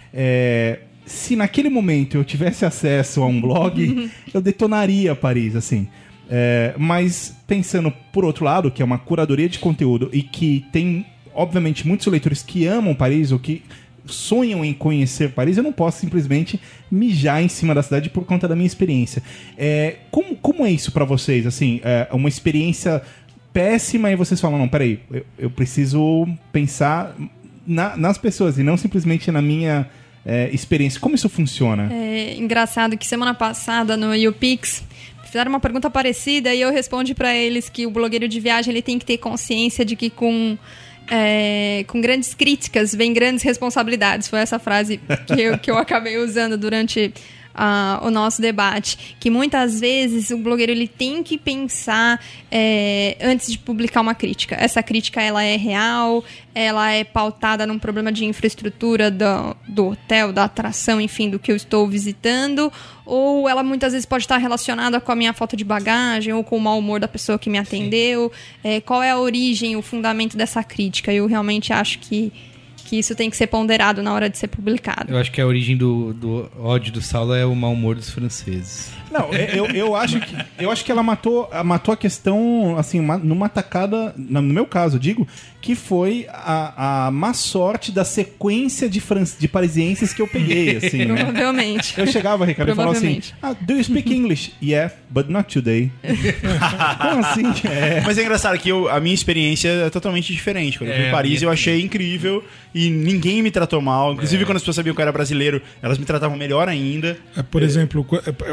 Speaker 2: Se naquele momento eu tivesse acesso a um blog, eu detonaria Paris, assim. Mas pensando por outro lado, que é uma curadoria de conteúdo e que tem, obviamente, muitos leitores que amam Paris ou que sonham em conhecer Paris, eu não posso simplesmente mijar em cima da cidade por conta da minha experiência. Como é isso pra vocês? Assim, uma experiência péssima e vocês falam, não, peraí, eu preciso pensar nas pessoas e não simplesmente na minha experiência. Como isso funciona?
Speaker 5: É engraçado que semana passada no YouPix fizeram uma pergunta parecida e eu respondi pra eles que o blogueiro de viagem ele tem que ter consciência de que com grandes críticas vem grandes responsabilidades. Foi essa frase que eu acabei usando durante o nosso debate. Que muitas vezes o blogueiro ele tem que pensar antes de publicar uma crítica. Essa crítica ela é real, ela é pautada num problema de infraestrutura do hotel, da atração, enfim, do que eu estou visitando, ou ela muitas vezes pode estar relacionada com a minha falta de bagagem ou com o mau humor da pessoa que me atendeu. Qual é a origem, o fundamento dessa crítica? Eu realmente acho que que isso tem que ser ponderado na hora de ser publicado.
Speaker 1: Eu acho que a origem do ódio do Saulo é o mau humor dos franceses.
Speaker 2: Não, eu acho que ela matou a questão, assim, numa tacada, no meu caso, digo, que foi a má sorte da sequência de parisienses que eu peguei, assim, né?
Speaker 5: Provavelmente.
Speaker 2: Eu chegava, Ricardo, e falava assim,
Speaker 5: Provavelmente.
Speaker 2: do you speak English? Yeah, but not today. Como assim?
Speaker 4: Mas é engraçado que a minha experiência é totalmente diferente. Quando eu fui em Paris, eu achei incrível e ninguém me tratou mal. Inclusive, quando as pessoas sabiam que eu era brasileiro, elas me tratavam melhor ainda.
Speaker 3: Por exemplo,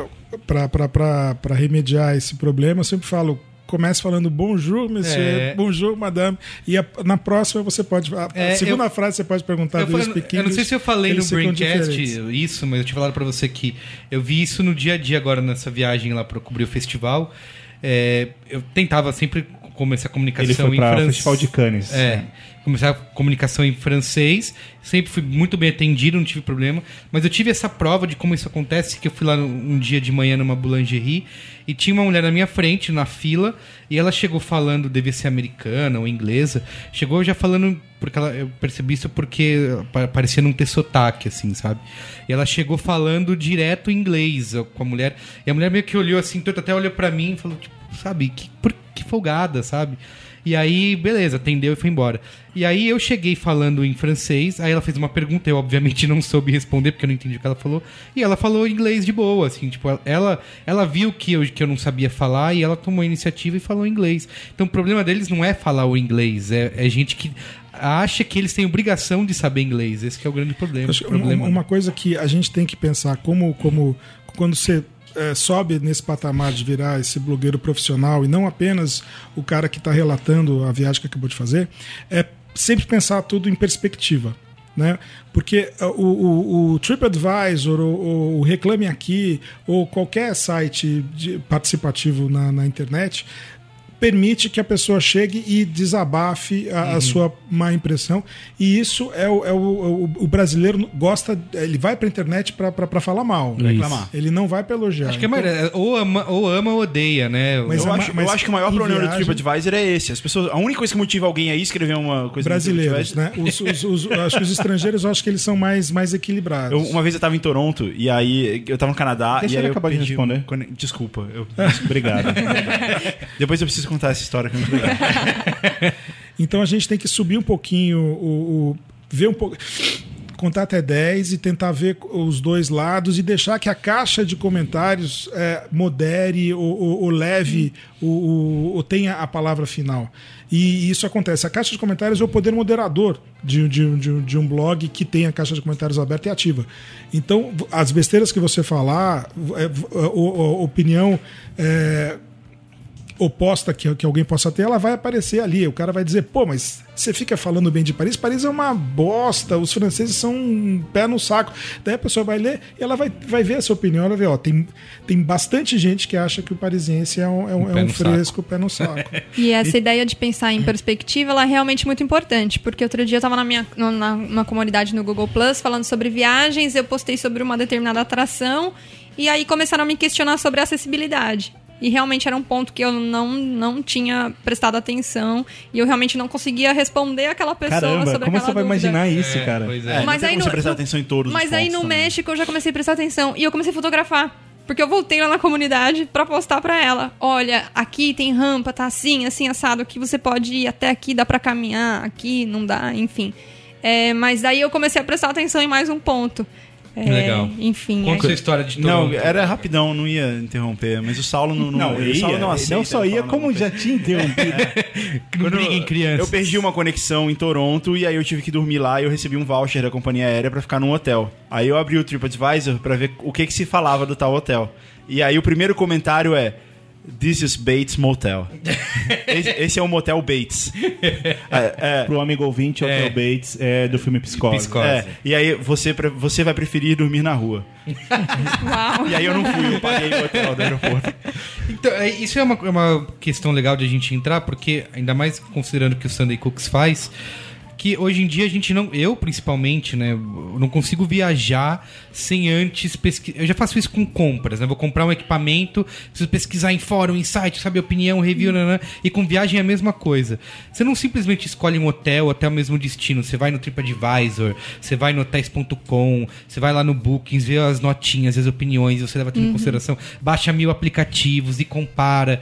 Speaker 3: para remediar esse problema, eu sempre falo, comece falando bonjour, monsieur, bonjour, madame, e na próxima você pode... A segunda frase você pode perguntar
Speaker 1: eu não sei se eu falei no Braincast isso, mas eu tinha falado pra você que eu vi isso no dia a dia agora nessa viagem lá pra cobrir o festival. Eu tentava sempre começar a comunicação
Speaker 2: em francês. Ele foi para o Festival de Cannes.
Speaker 1: Começar a comunicação em francês. Sempre fui muito bem atendido, não tive problema. Mas eu tive essa prova de como isso acontece, que eu fui lá um dia de manhã numa boulangerie e tinha uma mulher na minha frente, na fila, e ela chegou falando, devia ser americana ou inglesa, chegou já falando, porque eu percebi isso porque parecia não ter sotaque, assim, sabe? E ela chegou falando direto em inglês com a mulher, e a mulher meio que olhou assim, até olhou pra mim e falou, tipo, sabe, que folgada, sabe? E aí, beleza, atendeu e foi embora. E aí eu cheguei falando em francês, aí ela fez uma pergunta, eu obviamente não soube responder, porque eu não entendi o que ela falou, e ela falou inglês de boa, assim, tipo, ela viu que eu não sabia falar, e ela tomou a iniciativa e falou inglês. Então o problema deles não é falar o inglês, é gente que acha que eles têm obrigação de saber inglês, esse que é o grande problema.
Speaker 3: Uma coisa que a gente tem que pensar, como quando você sobe nesse patamar de virar esse blogueiro profissional e não apenas o cara que está relatando a viagem que acabou de fazer, é sempre pensar tudo em perspectiva, né? Porque o TripAdvisor, o Reclame Aqui, ou qualquer site participativo na internet permite que a pessoa chegue e desabafe a sua má impressão. E isso o brasileiro gosta, ele vai pra internet pra falar mal, reclamar. Ele não vai pra elogiar.
Speaker 1: Acho que ou ama ou odeia, né?
Speaker 4: Mas eu acho que o maior problema do TripAdvisor é esse. As pessoas, a única coisa que motiva alguém a escrever uma coisa
Speaker 3: brasileiros, né? Acho que os estrangeiros, eu acho que eles são mais equilibrados.
Speaker 4: Uma vez eu tava em Toronto e aí eu tava no Canadá.
Speaker 2: Deixa
Speaker 4: e aí
Speaker 2: ele acabar de responder.
Speaker 4: Desculpa.
Speaker 2: Obrigado.
Speaker 4: Depois eu preciso contar essa história que é muito legal.
Speaker 3: Então a gente tem que subir um pouquinho, ver um pouco, contar até 10 e tentar ver os dois lados e deixar que a caixa de comentários modere ou leve ou tenha a palavra final. E isso acontece. A caixa de comentários é o poder moderador de um blog que tem a caixa de comentários aberta e ativa. Então, as besteiras que você falar, opinião oposta que alguém possa ter, ela vai aparecer ali. O cara vai dizer, pô, mas você fica falando bem de Paris? Paris é uma bosta, os franceses são um pé no saco. Daí a pessoa vai ler e ela vai ver essa opinião, ela vai ver, ó, tem bastante gente que acha que o parisiense é um fresco, pé no saco.
Speaker 5: E essa ideia de pensar em perspectiva, ela é realmente muito importante, porque outro dia eu estava numa comunidade no Google Plus falando sobre viagens, eu postei sobre uma determinada atração e aí começaram a me questionar sobre a acessibilidade. E realmente era um ponto que eu não tinha prestado atenção e eu realmente não conseguia responder aquela pessoa.
Speaker 2: Caramba,
Speaker 5: sobre
Speaker 2: como
Speaker 5: aquela
Speaker 2: você vai
Speaker 5: dúvida.
Speaker 2: imaginar isso, cara?
Speaker 1: Pois é.
Speaker 5: Mas aí
Speaker 4: você prestar atenção em todos os
Speaker 5: Mas aí
Speaker 4: pontos
Speaker 5: no
Speaker 4: também.
Speaker 5: México eu já comecei a prestar atenção e eu comecei a fotografar. Porque eu voltei lá na comunidade pra postar pra ela. Olha, aqui tem rampa, tá assim, assado. Aqui você pode ir até aqui, dá pra caminhar. Aqui não dá, enfim. Mas daí eu comecei a prestar atenção em mais um ponto.
Speaker 1: Legal.
Speaker 5: Enfim.
Speaker 1: Conta sua história de Toronto.
Speaker 4: Não, era rapidão, não ia interromper. Mas o Saulo não
Speaker 2: o Saulo não aceita. Não só ia, como já tinha interrompido.
Speaker 1: Não briguem, crianças.
Speaker 4: Eu perdi uma conexão em Toronto e aí eu tive que dormir lá e eu recebi um voucher da companhia aérea pra ficar num hotel. Aí eu abri o TripAdvisor pra ver o que se falava do tal hotel. E aí o primeiro comentário é: This is Bates Motel. Esse é o Motel Bates.
Speaker 2: Pro amigo ouvinte, Hotel Bates é do filme Psicose.
Speaker 4: E aí você vai preferir dormir na rua.
Speaker 5: Uau.
Speaker 4: E aí eu não fui, eu paguei o hotel do aeroporto.
Speaker 1: Então, isso é uma questão legal de a gente entrar, porque ainda mais considerando que o Sunday Cooks faz, que hoje em dia a gente não... Eu, principalmente, né? Eu não consigo viajar sem antes pesquisar. Eu já faço isso com compras, né? Vou comprar um equipamento, preciso pesquisar em fórum, em site, sabe? Opinião, review, e com viagem é a mesma coisa. Você não simplesmente escolhe um hotel até o mesmo destino. Você vai no TripAdvisor, você vai no hotéis.com, você vai lá no Bookings, vê as notinhas, as opiniões, você leva tudo em consideração, baixa 1000 aplicativos e compara.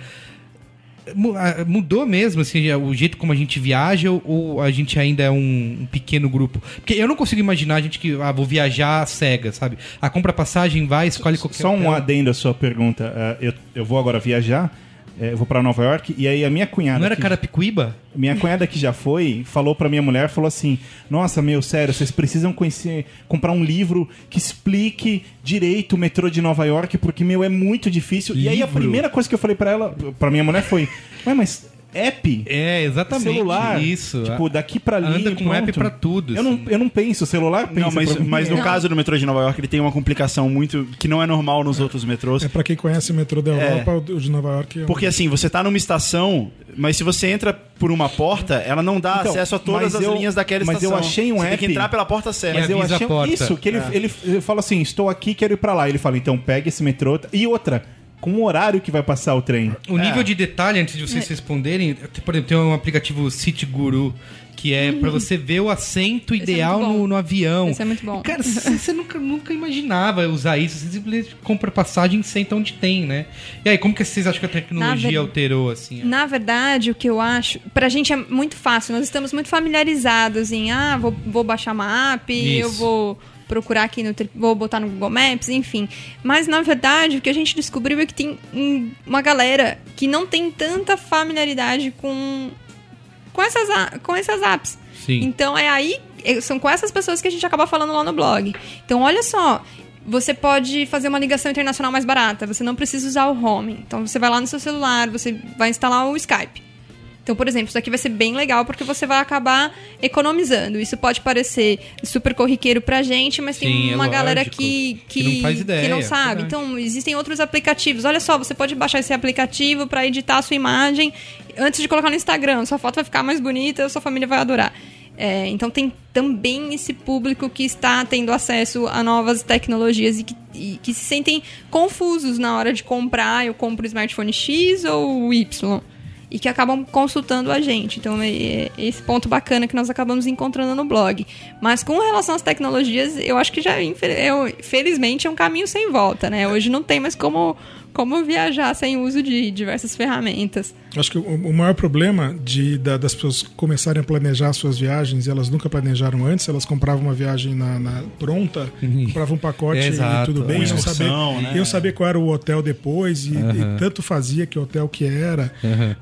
Speaker 1: Mudou mesmo assim, o jeito como a gente viaja ou a gente ainda é um pequeno grupo? Porque eu não consigo imaginar a gente que vou viajar cega, sabe? Compra passagem, vai, escolhe qualquer
Speaker 2: Só um
Speaker 1: hotel.
Speaker 2: adendo à sua pergunta. Eu vou agora viajar, eu vou pra Nova York, e aí a minha cunhada...
Speaker 1: Não era Carapicuíba?
Speaker 2: Minha cunhada que já foi, falou pra minha mulher, falou assim, nossa, sério, vocês precisam comprar um livro que explique direito o metrô de Nova York, porque, é muito difícil. E aí a primeira coisa que eu falei pra minha mulher foi, mas app?
Speaker 1: É, exatamente.
Speaker 2: Celular?
Speaker 1: Isso.
Speaker 2: Tipo, daqui pra ali,
Speaker 1: anda com
Speaker 2: pronto.
Speaker 1: app pra tudo.
Speaker 2: Eu não penso, o celular pensa.
Speaker 4: Não, mas no caso do metrô de Nova York, ele tem uma complicação muito... que não é normal nos outros metrôs.
Speaker 3: Pra quem conhece o metrô da Europa, o de Nova York...
Speaker 4: Porque assim, você tá numa estação, mas se você entra por uma porta, ela não dá acesso a todas as linhas daquela estação.
Speaker 2: Mas eu achei
Speaker 4: você
Speaker 2: app...
Speaker 4: tem que entrar pela porta certa.
Speaker 2: Mas eu
Speaker 1: avisa
Speaker 2: achei
Speaker 1: a porta.
Speaker 2: isso, que ele fala assim, estou aqui, quero ir pra lá. Ele fala, então pega esse metrô... E outra... com o horário que vai passar o trem.
Speaker 1: O nível de detalhe, antes de vocês responderem, por exemplo, tem um aplicativo City Guru, que é pra você ver o assento ideal no avião.
Speaker 5: Esse é muito bom.
Speaker 1: Cara, você nunca imaginava usar isso. Você simplesmente compra passagem e senta onde tem, né? E aí, como que vocês acham que a tecnologia alterou, assim?
Speaker 5: Na verdade, o que eu acho... Pra gente é muito fácil. Nós estamos muito familiarizados em... vou baixar uma app, eu vou... procurar aqui vou botar no Google Maps, enfim. Mas, na verdade, o que a gente descobriu é que tem uma galera que não tem tanta familiaridade com essas apps.
Speaker 1: Sim.
Speaker 5: Então, são com essas pessoas que a gente acaba falando lá no blog. Então, olha só, você pode fazer uma ligação internacional mais barata, você não precisa usar o roaming. Então, você vai lá no seu celular, você vai instalar o Skype. Então, por exemplo, isso aqui vai ser bem legal porque você vai acabar economizando. Isso pode parecer super corriqueiro pra gente, mas tem uma galera que
Speaker 1: não faz ideia,
Speaker 5: que não sabe.
Speaker 1: verdade.
Speaker 5: Então, existem outros aplicativos. Olha só, você pode baixar esse aplicativo pra editar a sua imagem antes de colocar no Instagram. Sua foto vai ficar mais bonita, sua família vai adorar. Então, tem também esse público que está tendo acesso a novas tecnologias e que se sentem confusos na hora de comprar. Eu compro o smartphone X ou o Y? E que acabam consultando a gente. Então, é esse ponto bacana que nós acabamos encontrando no blog. Mas com relação às tecnologias, eu acho que já, felizmente, é um caminho sem volta, né? Hoje não tem mais como viajar sem o uso de diversas ferramentas.
Speaker 3: Acho que o maior problema das pessoas começarem a planejar suas viagens, e elas nunca planejaram antes, elas compravam uma viagem pronta, compravam um pacote e tudo bem, iam saber qual era o hotel depois, e tanto fazia que hotel que era.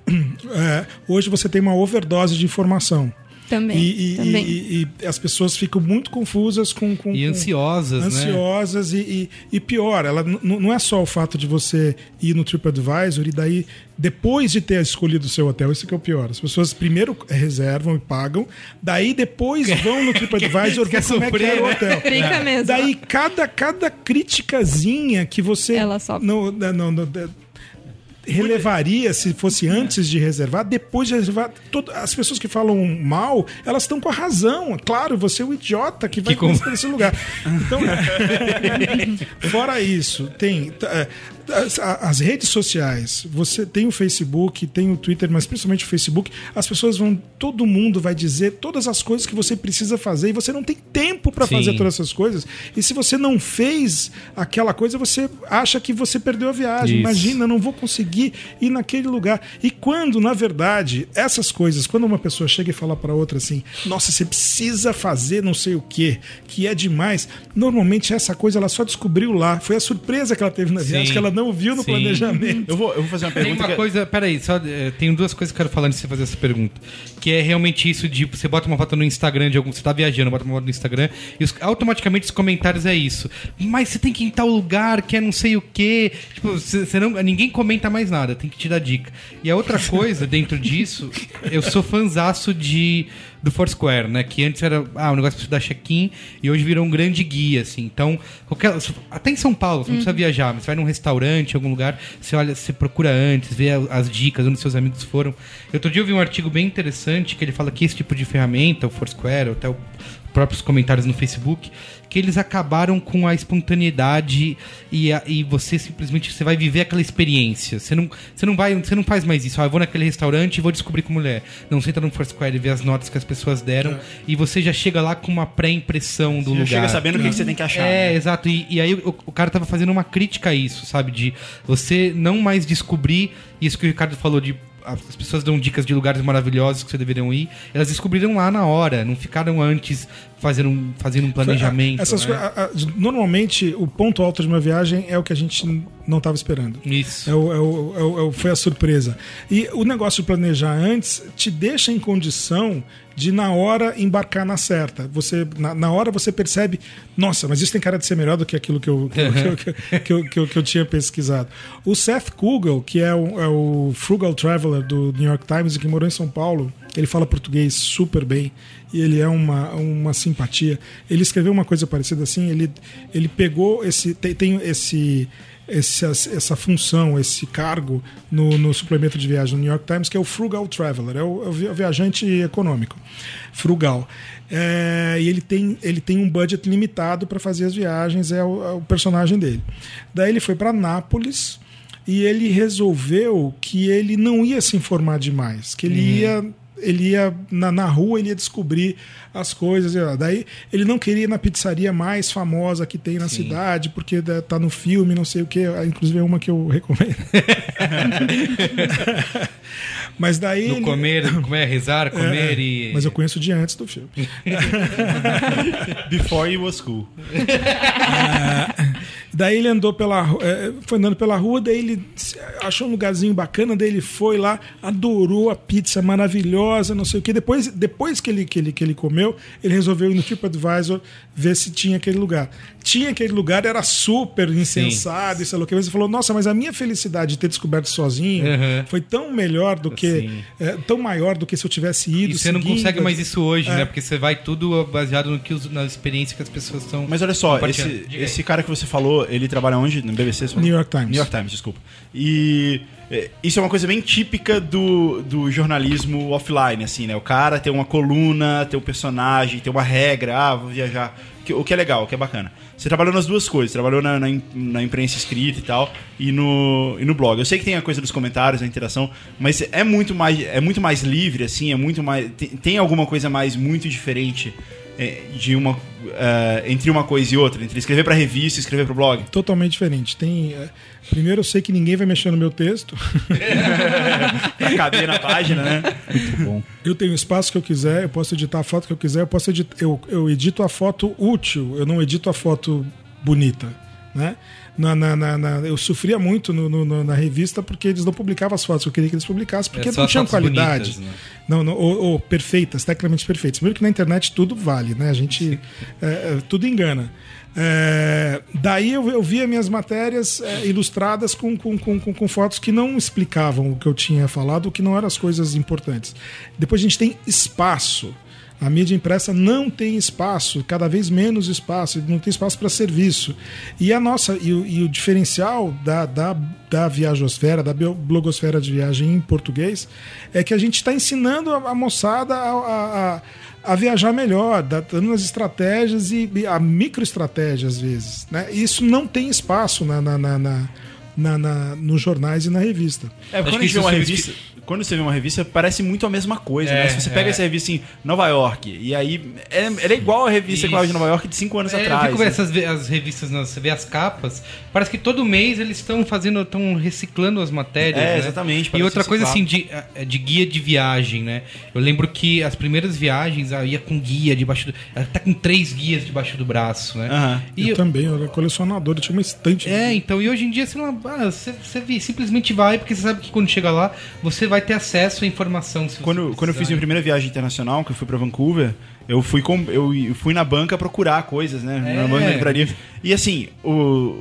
Speaker 3: Hoje você tem uma overdose de informação.
Speaker 5: Também.
Speaker 3: E as pessoas ficam muito confusas
Speaker 1: e ansiosas,
Speaker 3: ansiosas, né? E pior, ela não é só o fato de você ir no TripAdvisor e daí, depois de ter escolhido o seu hotel, isso que é o pior. As pessoas primeiro reservam e pagam, daí depois vão no TripAdvisor ver como é que era o hotel.
Speaker 5: Brinca mesmo.
Speaker 3: Daí cada criticazinha que você...
Speaker 5: Ela só...
Speaker 3: relevaria se fosse antes de reservar, depois de reservar. As pessoas que falam mal, elas estão com a razão. Claro, você é um idiota que vai para esse lugar. Então, fora isso, tem as redes sociais. Você tem o Facebook, tem o Twitter, mas principalmente o Facebook. As pessoas todo mundo vai dizer todas as coisas que você precisa fazer e você não tem tempo para fazer todas essas coisas. E se você não fez aquela coisa, você acha que você perdeu a viagem. Isso. Imagina, não vou conseguir ir naquele lugar. E quando, na verdade, essas coisas, quando uma pessoa chega e fala para outra assim, nossa, você precisa fazer não sei o quê, que é demais, normalmente essa coisa ela só descobriu lá. Foi a surpresa que ela teve na viagem, que ela não viu no planejamento.
Speaker 4: Eu vou fazer uma pergunta.
Speaker 1: Tem uma coisa, peraí, tenho duas coisas que eu quero falar antes de você fazer essa pergunta. Que é realmente isso de você bota uma foto no Instagram de algum. Você tá viajando, bota uma foto no Instagram e automaticamente os comentários é isso. Mas você tem que ir em tal lugar que é não sei o quê. Tipo, ninguém comenta mais nada, tem que te dar dica. E a outra coisa dentro disso, eu sou fanzaço de do Foursquare, né? Que antes era um negócio pra você dar check-in e hoje virou um grande guia, assim. Então, até em São Paulo, você não precisa viajar, mas você vai num restaurante, em algum lugar, você olha, você procura antes, vê as dicas, onde seus amigos foram. Outro dia eu vi um artigo bem interessante que ele fala que esse tipo de ferramenta, o Foursquare, até os próprios comentários no Facebook, que eles acabaram com a espontaneidade e você simplesmente vai viver aquela experiência. Você não faz mais isso. Eu vou naquele restaurante e vou descobrir como ele é. Não, você entra no Foursquare e vê as notas que as pessoas deram e você já chega lá com uma pré-impressão do lugar.
Speaker 4: Você chega sabendo o que você tem que achar. Né?
Speaker 1: Exato. E aí o cara tava fazendo uma crítica a isso, sabe? De você não mais descobrir isso que o Ricardo falou de as pessoas dão dicas de lugares maravilhosos que você deveriam ir. Elas descobriram lá na hora, não ficaram antes fazendo um planejamento.
Speaker 3: Normalmente, o ponto alto de uma viagem é o que a gente não estava esperando.
Speaker 1: Isso.
Speaker 3: Foi a surpresa. E o negócio de planejar antes te deixa em condição de, na hora, embarcar na certa. Na hora você percebe, nossa, mas isso tem cara de ser melhor do que aquilo que eu tinha pesquisado. O Seth Kugel, que é o Frugal Traveler do New York Times e que morou em São Paulo, ele fala português super bem e ele é uma simpatia. Ele escreveu uma coisa parecida assim, ele pegou essa função, esse cargo no suplemento de viagem do New York Times, que é o Frugal Traveler, é o viajante econômico, frugal. E ele tem um budget limitado para fazer as viagens, é o personagem dele. Daí ele foi para Nápoles e ele resolveu que ele não ia se informar demais, que ele ia na rua, ele ia descobrir as coisas. Daí ele não queria ir na pizzaria mais famosa que tem na cidade, porque tá no filme, não sei o que. Inclusive é uma que eu recomendo. Mas daí
Speaker 1: rezar, comer e...
Speaker 3: Mas eu conheço de antes do filme.
Speaker 4: Before it was cool.
Speaker 3: Daí ele foi andando pela rua, daí ele achou um lugarzinho bacana, daí ele foi lá, adorou a pizza maravilhosa, não sei o que. Depois que ele comeu, ele resolveu ir no TripAdvisor ver se tinha aquele lugar. Tinha aquele lugar, era super insensado, isso é louco. Mas ele falou, nossa, mas a minha felicidade de ter descoberto sozinho foi tão melhor do que... tão maior do que se eu tivesse ido.
Speaker 1: E você não consegue mais isso hoje, né? Porque você vai tudo baseado na experiência que as pessoas estão...
Speaker 4: Mas olha só, esse cara que você falou, ele trabalha onde? No BBC?
Speaker 3: New York Times.
Speaker 4: New York Times, desculpa. E isso é uma coisa bem típica do jornalismo offline, assim, né? O cara tem uma coluna, tem um personagem, tem uma regra, vou viajar. O que é legal, o que é bacana. Você trabalhou nas duas coisas, trabalhou na imprensa escrita e tal, e no blog. Eu sei que tem a coisa dos comentários, a interação, mas é muito mais livre, assim, é muito mais... Tem alguma coisa mais muito diferente entre uma coisa e outra, entre escrever para revista e escrever para o blog?
Speaker 3: Totalmente diferente. Primeiro, eu sei que ninguém vai mexer no meu texto.
Speaker 4: Pra caber na página, né?
Speaker 2: Muito bom.
Speaker 3: Eu tenho o espaço que eu quiser, eu posso editar a foto que eu quiser, eu edito a foto útil, eu não edito a foto bonita, né? Eu sofria muito na revista porque eles não publicavam as fotos que eu queria que eles publicassem, porque não tinham qualidade. Bonitas, né? Ou perfeitas, tecnicamente perfeitas. Primeiro que na internet tudo vale, né? A gente tudo engana. Daí eu via minhas matérias ilustradas com fotos que não explicavam o que eu tinha falado, o que não eram as coisas importantes. Depois a gente tem espaço. A mídia impressa não tem espaço, cada vez menos espaço, não tem espaço para serviço. E o diferencial da viajosfera, da blogosfera de viagem em português, é que a gente está ensinando a moçada a viajar melhor, dando as estratégias e a microestratégia às vezes, né? Isso não tem espaço nos jornais e na revista.
Speaker 4: Quando você vê uma revista, parece muito a mesma coisa, né? Se você pega essa revista em Nova York, e aí ela é igual a revista que de Nova York de 5 anos atrás.
Speaker 1: Eu fico vendo as revistas, você vê as capas, parece que todo mês eles estão reciclando as matérias. Né?
Speaker 4: Exatamente.
Speaker 1: E outra coisa assim, de guia de viagem, né? Eu lembro que as primeiras viagens eu ia com guia debaixo até com 3 guias debaixo do braço, né?
Speaker 3: E eu também, eu era colecionador, eu tinha uma estante.
Speaker 1: Então, e hoje em dia você simplesmente vai, porque você sabe que quando chega lá, você vai ter acesso à informação.
Speaker 4: Quando eu fiz minha primeira viagem internacional, que eu fui pra Vancouver, eu fui na banca procurar coisas, né? Na banca da livraria. E assim,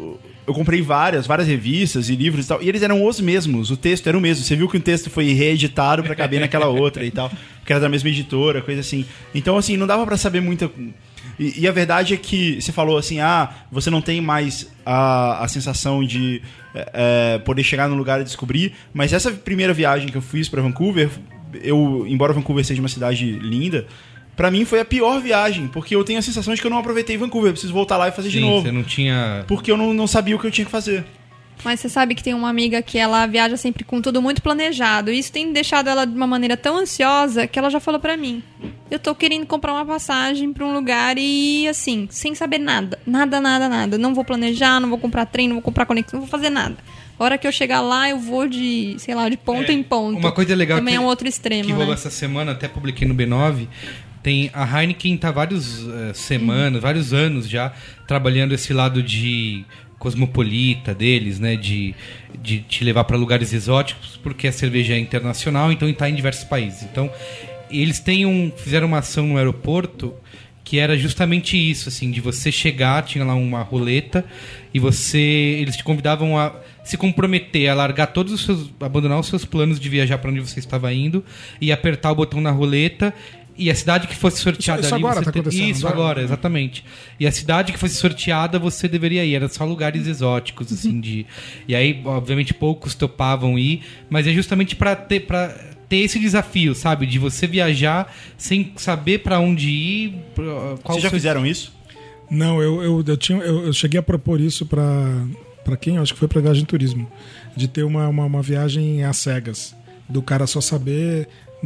Speaker 4: eu comprei várias revistas e livros e tal, e eles eram os mesmos, o texto era o mesmo. Você viu que o texto foi reeditado pra caber naquela outra e tal, porque era da mesma editora, coisa assim. Então, assim, não dava pra saber muita... E a verdade é que você falou assim, você não tem mais a sensação de poder chegar num lugar e descobrir, mas essa primeira viagem que eu fiz pra Vancouver, embora Vancouver seja uma cidade linda, pra mim foi a pior viagem, porque eu tenho a sensação de que eu não aproveitei Vancouver, eu preciso voltar lá e fazer de novo.
Speaker 1: Você não tinha...
Speaker 4: Porque eu não sabia o que eu tinha que fazer.
Speaker 5: Mas você sabe que tem uma amiga que ela viaja sempre com tudo muito planejado. E isso tem deixado ela de uma maneira tão ansiosa que ela já falou pra mim: eu tô querendo comprar uma passagem pra um lugar e, assim, sem saber nada. Nada. Não vou planejar, não vou comprar trem, não vou comprar conexão, não vou fazer nada. A hora que eu chegar lá, eu vou de ponto em ponto.
Speaker 1: Uma coisa legal
Speaker 5: também é um outro extremo,
Speaker 1: que rolou
Speaker 5: né?
Speaker 1: essa semana, até publiquei no B9. Tem a Heineken tá vários semanas, vários anos já trabalhando esse lado de cosmopolita deles, né, de te levar para lugares exóticos, porque a cerveja é internacional, então está em diversos países. Então, eles fizeram uma ação no aeroporto que era justamente isso, assim, de você chegar, tinha lá uma roleta e eles te convidavam a se comprometer a largar abandonar os seus planos de viajar para onde você estava indo e apertar o botão na roleta. E a cidade que fosse sorteada
Speaker 3: isso
Speaker 1: ali...
Speaker 3: agora tá acontecendo.
Speaker 1: Isso, agora, exatamente. E a cidade que fosse sorteada, você deveria ir. Era só lugares exóticos, assim, E aí, obviamente, poucos topavam ir. Mas é justamente pra ter esse desafio, sabe? De você viajar sem saber pra onde ir.
Speaker 4: Vocês já fizeram isso?
Speaker 3: Não, eu cheguei a propor isso pra quem? Eu acho que foi pra Viagem Turismo. De ter uma viagem às cegas. Do cara só saber...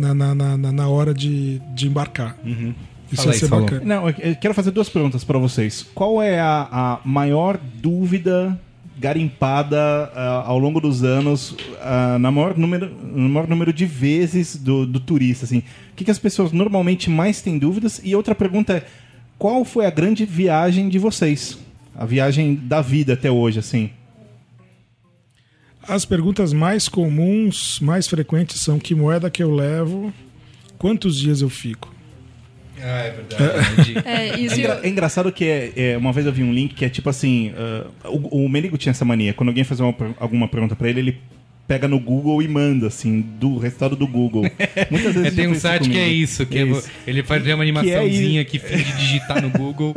Speaker 3: Na hora de embarcar.
Speaker 2: Uhum.
Speaker 3: Isso ia ser bacana.
Speaker 2: Não, eu quero fazer duas perguntas para vocês. Qual é a maior dúvida garimpada ao longo dos anos, no maior número de vezes do turista? Assim? O que as pessoas normalmente mais têm dúvidas? E outra pergunta é, qual foi a grande viagem de vocês? A viagem da vida até hoje, assim.
Speaker 3: As perguntas mais comuns, mais frequentes são: que moeda que eu levo, quantos dias eu fico?
Speaker 1: É verdade.
Speaker 2: É engraçado que uma vez eu vi um link que é tipo assim, o Merigo tinha essa mania, quando alguém faz alguma pergunta pra ele pega no Google e manda, assim, do resultado do Google. Muitas vezes
Speaker 1: tem um site que é isso, ele faz uma animaçãozinha que finge digitar no Google.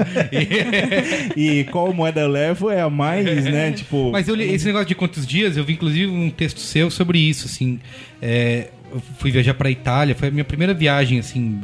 Speaker 2: E qual moeda eu levo é a mais, né, tipo...
Speaker 1: Mas esse negócio de quantos dias, eu vi inclusive um texto seu sobre isso, assim, eu fui viajar pra Itália, foi a minha primeira viagem, assim...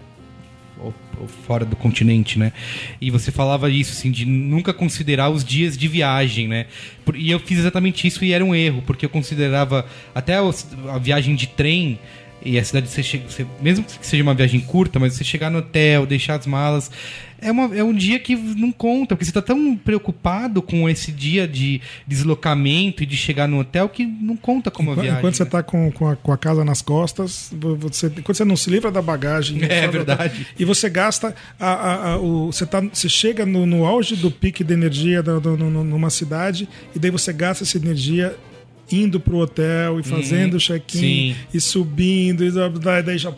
Speaker 1: fora do continente, né? E você falava isso, assim, de nunca considerar os dias de viagem, né? E eu fiz exatamente isso e era um erro, porque eu considerava até a viagem de trem e a cidade, mesmo que seja uma viagem curta, mas você chegar no hotel, deixar as malas, é um dia que não conta, porque você está tão preocupado com esse dia de deslocamento e de chegar no hotel que não conta como a viagem.
Speaker 3: Enquanto você está com a casa nas costas, quando você não se livra da bagagem...
Speaker 1: É verdade.
Speaker 3: E você gasta... Você chega no auge do pique de energia numa cidade, e daí você gasta essa energia indo pro hotel e fazendo check-in e subindo, e daí já...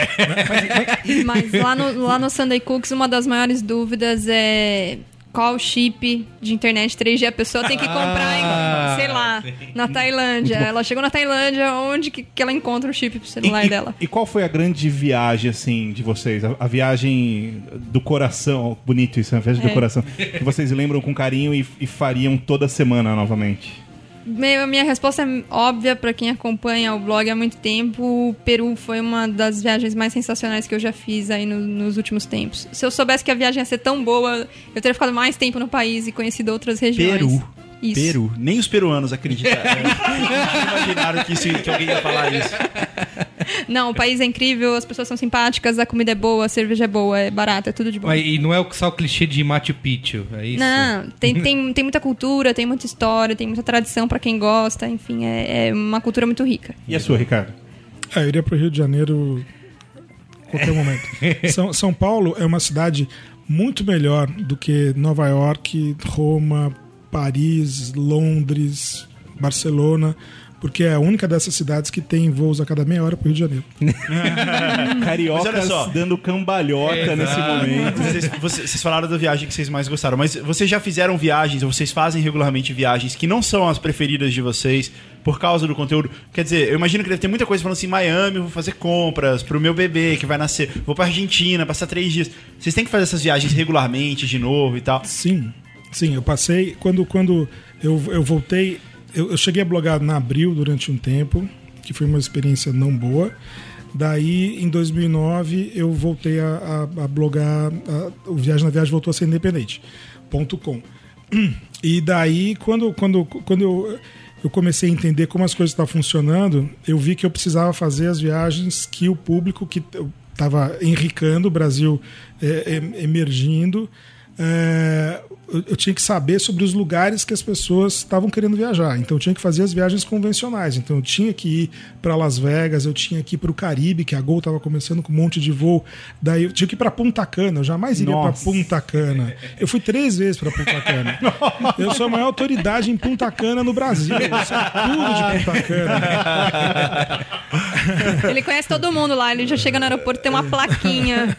Speaker 5: Mas lá no Sunday Cooks, uma das maiores dúvidas é qual chip de internet 3G a pessoa tem que comprar, sei lá, na Tailândia. Ela chegou na Tailândia, onde que ela encontra o chip pro celular dela?
Speaker 2: E qual foi a grande viagem, assim, de vocês? A viagem do coração, bonito isso, a viagem do coração, que vocês lembram com carinho e fariam toda semana novamente?
Speaker 5: Minha resposta é óbvia para quem acompanha o blog há muito tempo. O Peru foi uma das viagens mais sensacionais que eu já fiz aí nos últimos tempos. Se eu soubesse que a viagem ia ser tão boa, eu teria ficado mais tempo no país e conhecido outras regiões.
Speaker 4: Peru.
Speaker 5: Isso.
Speaker 4: Peru. Nem os peruanos acreditaram. Não imaginaram que alguém ia falar isso.
Speaker 5: Não, o país é incrível, as pessoas são simpáticas, a comida é boa, a cerveja é boa, é barata, é tudo de bom.
Speaker 1: E não é só o clichê de Machu Picchu, é isso?
Speaker 5: Não, tem muita cultura, tem muita história, tem muita tradição pra quem gosta, enfim, é uma cultura muito rica.
Speaker 2: E a sua, Ricardo?
Speaker 3: Eu iria pro Rio de Janeiro a qualquer momento. São Paulo é uma cidade muito melhor do que Nova York, Roma, Paris, Londres, Barcelona, porque é a única dessas cidades que tem voos a cada meia hora pro Rio de Janeiro.
Speaker 2: Cariocas
Speaker 4: Mas olha só.
Speaker 2: dando cambalhota nesse momento.
Speaker 4: Vocês falaram da viagem que vocês mais gostaram, mas vocês já fizeram viagens, ou vocês fazem regularmente viagens que não são as preferidas de vocês por causa do conteúdo? Quer dizer, eu imagino que deve ter muita coisa falando assim, Miami, vou fazer compras pro meu bebê que vai nascer, vou pra Argentina, passar 3 dias. Vocês têm que fazer essas viagens regularmente, de novo e tal?
Speaker 3: Sim, eu passei, quando eu voltei, eu cheguei a blogar na Abril durante um tempo, que foi uma experiência não boa. Daí, em 2009, eu voltei a blogar, o Viagem na Viagem voltou a ser independente.com. E daí, quando eu comecei a entender como as coisas estavam funcionando, eu vi que eu precisava fazer as viagens que o público que estava enricando, o Brasil emergindo, eu tinha que saber sobre os lugares que as pessoas estavam querendo viajar. Então eu tinha que fazer as viagens convencionais. Então eu tinha que ir para Las Vegas, eu tinha que ir para o Caribe, que a Gol estava começando com um monte de voo. Daí eu tinha que ir para Punta Cana. Eu jamais iria para Punta Cana. Eu fui 3 vezes para Punta Cana. Eu sou a maior autoridade em Punta Cana no Brasil. Eu sei tudo de Punta Cana.
Speaker 5: Ele conhece todo mundo lá. Ele já chega no aeroporto e tem uma plaquinha.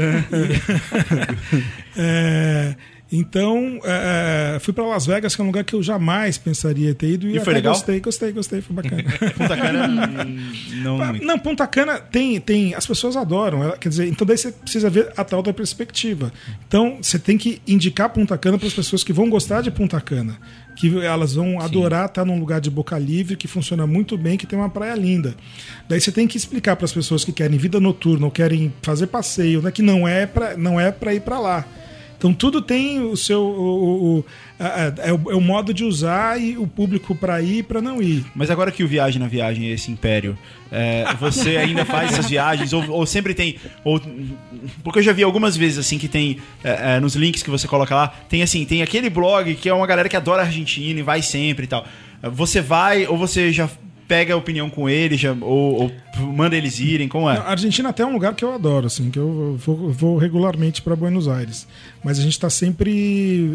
Speaker 3: Então, fui para Las Vegas, que é um lugar que eu jamais pensaria ter ido.
Speaker 4: E foi legal?
Speaker 3: Gostei, foi bacana.
Speaker 4: Punta Cana,
Speaker 3: não, Punta Cana tem. As pessoas adoram. Quer dizer, então daí você precisa ver a tal da perspectiva. Então, você tem que indicar Punta Cana para as pessoas que vão gostar de Punta Cana. Que elas vão adorar estar num lugar de boca livre, que funciona muito bem, que tem uma praia linda. Daí você tem que explicar para as pessoas que querem vida noturna ou querem fazer passeio, né, que não é para ir para lá. Então tudo tem o seu o modo de usar e o público para ir e para não ir.
Speaker 4: Mas agora que o Viagem na Viagem é esse império, você ainda faz essas viagens ou sempre tem... porque eu já vi algumas vezes assim que tem nos links que você coloca lá, tem aquele blog que é uma galera que adora a Argentina e vai sempre e tal. Você vai ou você já pega a opinião com eles ou manda eles irem? Como é?
Speaker 3: Não, a Argentina até é um lugar que eu adoro, assim, que eu vou regularmente para Buenos Aires. Mas a gente está sempre...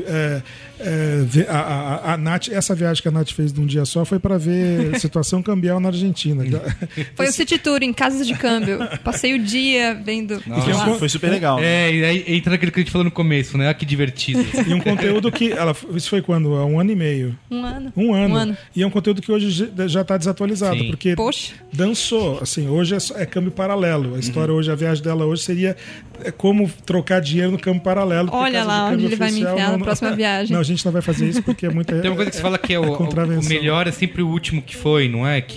Speaker 3: a Nath, essa viagem que a Nath fez de um dia só foi para ver situação cambial na Argentina.
Speaker 5: Foi o City Tour em casas de câmbio. Passei o dia vendo...
Speaker 4: Foi super legal.
Speaker 1: E aí entra naquilo que a gente falou no começo, né? Ah, que divertido.
Speaker 3: E um conteúdo que... Isso foi quando? Há 1 ano e meio. Um ano. E é um conteúdo que hoje já está desatualizado.
Speaker 1: Sim.
Speaker 3: Porque dançou. Assim, hoje é câmbio paralelo. A história hoje, a viagem dela hoje seria como trocar dinheiro no câmbio paralelo.
Speaker 5: Olha lá onde ele vai me enfiar na próxima viagem.
Speaker 3: Não, a gente não vai fazer isso porque é muita...
Speaker 1: Tem uma coisa que você fala que o melhor é sempre o último que foi, não é?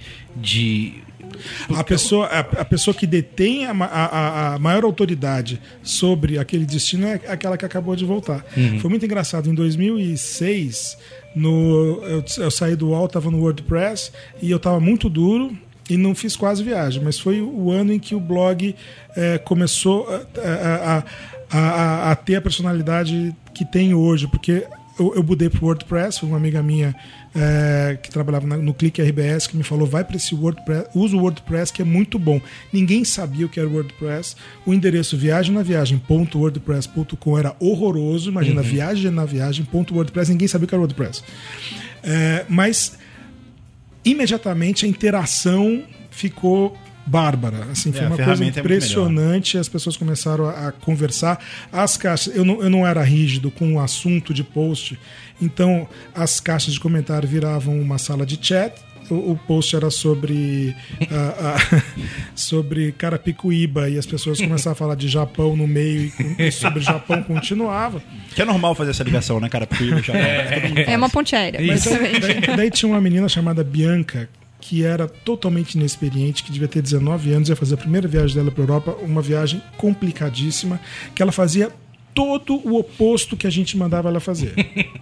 Speaker 3: A pessoa que detém a maior autoridade sobre aquele destino é aquela que acabou de voltar. Foi muito engraçado. Em 2006, eu saí do UOL, estava no WordPress e eu estava muito duro e não fiz quase viagem. Mas foi o ano em que o blog começou a ter a personalidade que tem hoje. Porque eu mudei para o WordPress, foi uma amiga minha que trabalhava no Clique RBS que me falou, vai para esse WordPress, usa o WordPress que é muito bom. Ninguém sabia o que era o WordPress. O endereço viagemnaviagem.wordpress.com era horroroso. Imagina, viagemnaviagem.wordpress, ninguém sabia o que era o WordPress. Mas imediatamente a interação ficou bárbara, assim, foi uma coisa impressionante. As pessoas começaram a conversar. As caixas, eu não era rígido com o assunto de post, então as caixas de comentário viravam uma sala de chat. O post era sobre sobre Carapicuíba e as pessoas começaram a falar de Japão no meio e sobre o Japão continuava.
Speaker 4: Que é normal fazer essa ligação, né, Carapicuíba e Japão.
Speaker 5: É uma ponte aérea.
Speaker 3: Mas daí tinha uma menina chamada Bianca, que era totalmente inexperiente, que devia ter 19 anos, ia fazer a primeira viagem dela para a Europa, uma viagem complicadíssima, que ela fazia todo o oposto que a gente mandava ela fazer.